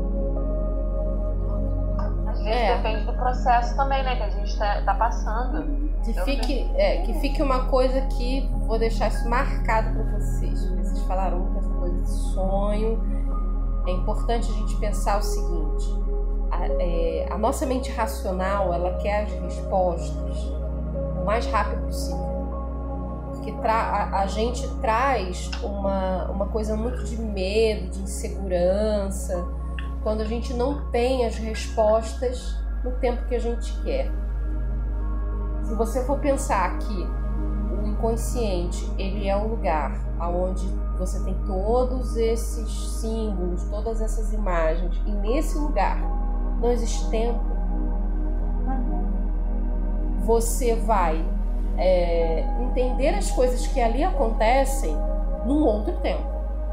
Às vezes é. Depende do processo também, né, que a gente tá, tá passando. Que fique, é, que fique uma coisa que vou deixar isso marcado para vocês. Vocês falaram muito essa coisa de sonho. É importante a gente pensar o seguinte: a, é, a nossa mente racional, ela quer as respostas o mais rápido possível, porque tra, a, a gente traz uma, uma coisa muito de medo, de insegurança, quando a gente não tem as respostas no tempo que a gente quer. Se você for pensar que o inconsciente, ele é um lugar onde você tem todos esses símbolos, todas essas imagens, e nesse lugar não existe tempo, você vai é, entender as coisas que ali acontecem num outro tempo,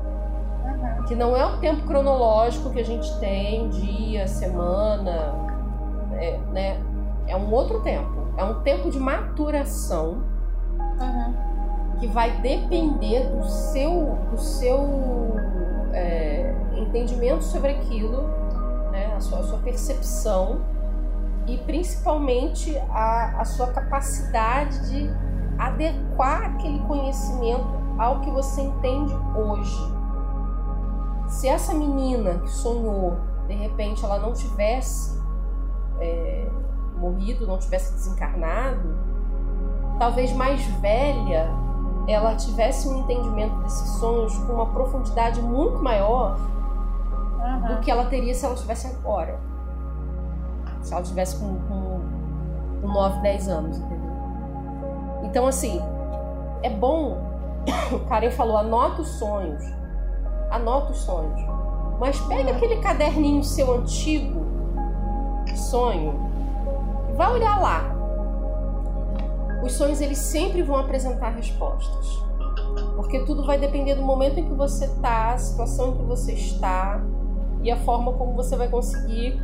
que não é o tempo cronológico que a gente tem, dia, semana, é, né? É um outro tempo. É um tempo de maturação, uhum, que vai depender do seu, do seu é, entendimento sobre aquilo, né? a, sua, a sua percepção e principalmente a, a sua capacidade de adequar aquele conhecimento ao que você entende hoje. Se essa menina que sonhou, de repente, ela não tivesse é, morrido, não tivesse desencarnado, talvez mais velha ela tivesse um entendimento desses sonhos com uma profundidade muito maior, uhum, do que ela teria se ela estivesse agora, se ela estivesse com, com, com nove, dez anos, entendeu? Então, assim, é bom, o Karen falou, anota os sonhos, anota os sonhos, mas pega uhum. aquele caderninho seu antigo de sonho, vai olhar lá. Os sonhos, eles sempre vão apresentar respostas, porque tudo vai depender do momento em que você está, a situação em que você está e a forma como você vai conseguir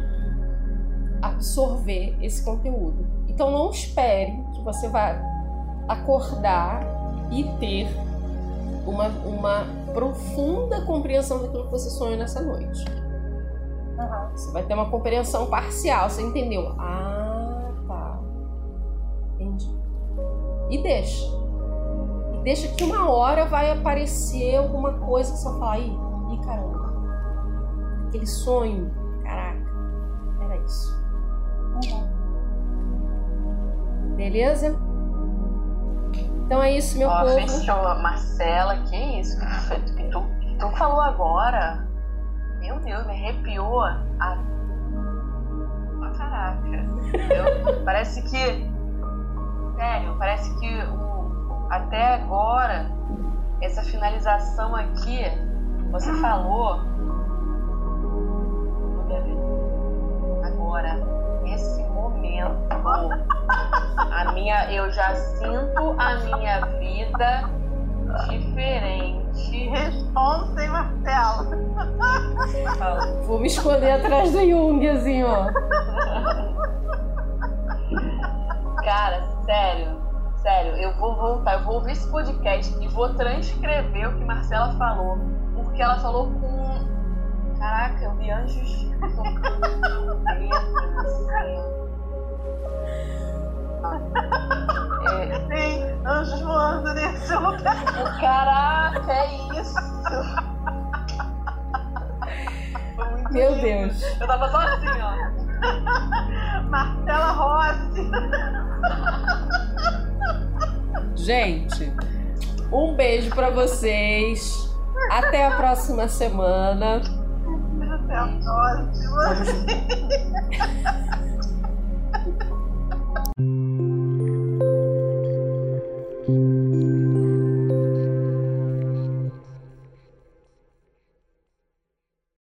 absorver esse conteúdo. Então não espere que você vai acordar e ter uma, uma profunda compreensão daquilo que você sonhou nessa noite. Uhum. Você vai ter uma compreensão parcial, você entendeu? Ah, tá. Entendi. E deixa. E deixa que uma hora vai aparecer alguma coisa que você vai falar, ih, ih, caramba. Aquele sonho, caraca, era isso. Uhum. Beleza? Então é isso, meu oh, povo. Fechou, Marcela, que isso que tu, que tu falou agora. Meu Deus, me arrepiou a... Ah, caraca. Eu, parece que... Sério, parece que o, até agora, essa finalização aqui, você falou... Agora, esse momento, a minha, eu já sinto a minha vida diferente. Responsa, hein, Marcela? Vou me esconder atrás do Jung, assim, ó. Cara, sério, sério, eu vou voltar, eu vou ouvir esse podcast e vou transcrever o que Marcela falou, porque ela falou com... Caraca, eu vi anjos tocando é... Tem anjos voando nesse lugar. Caraca, é isso. Meu lindo. Deus. Eu tava só assim, ó. Marcela Rossi. Gente, um beijo pra vocês. Até a próxima semana. Até a próxima.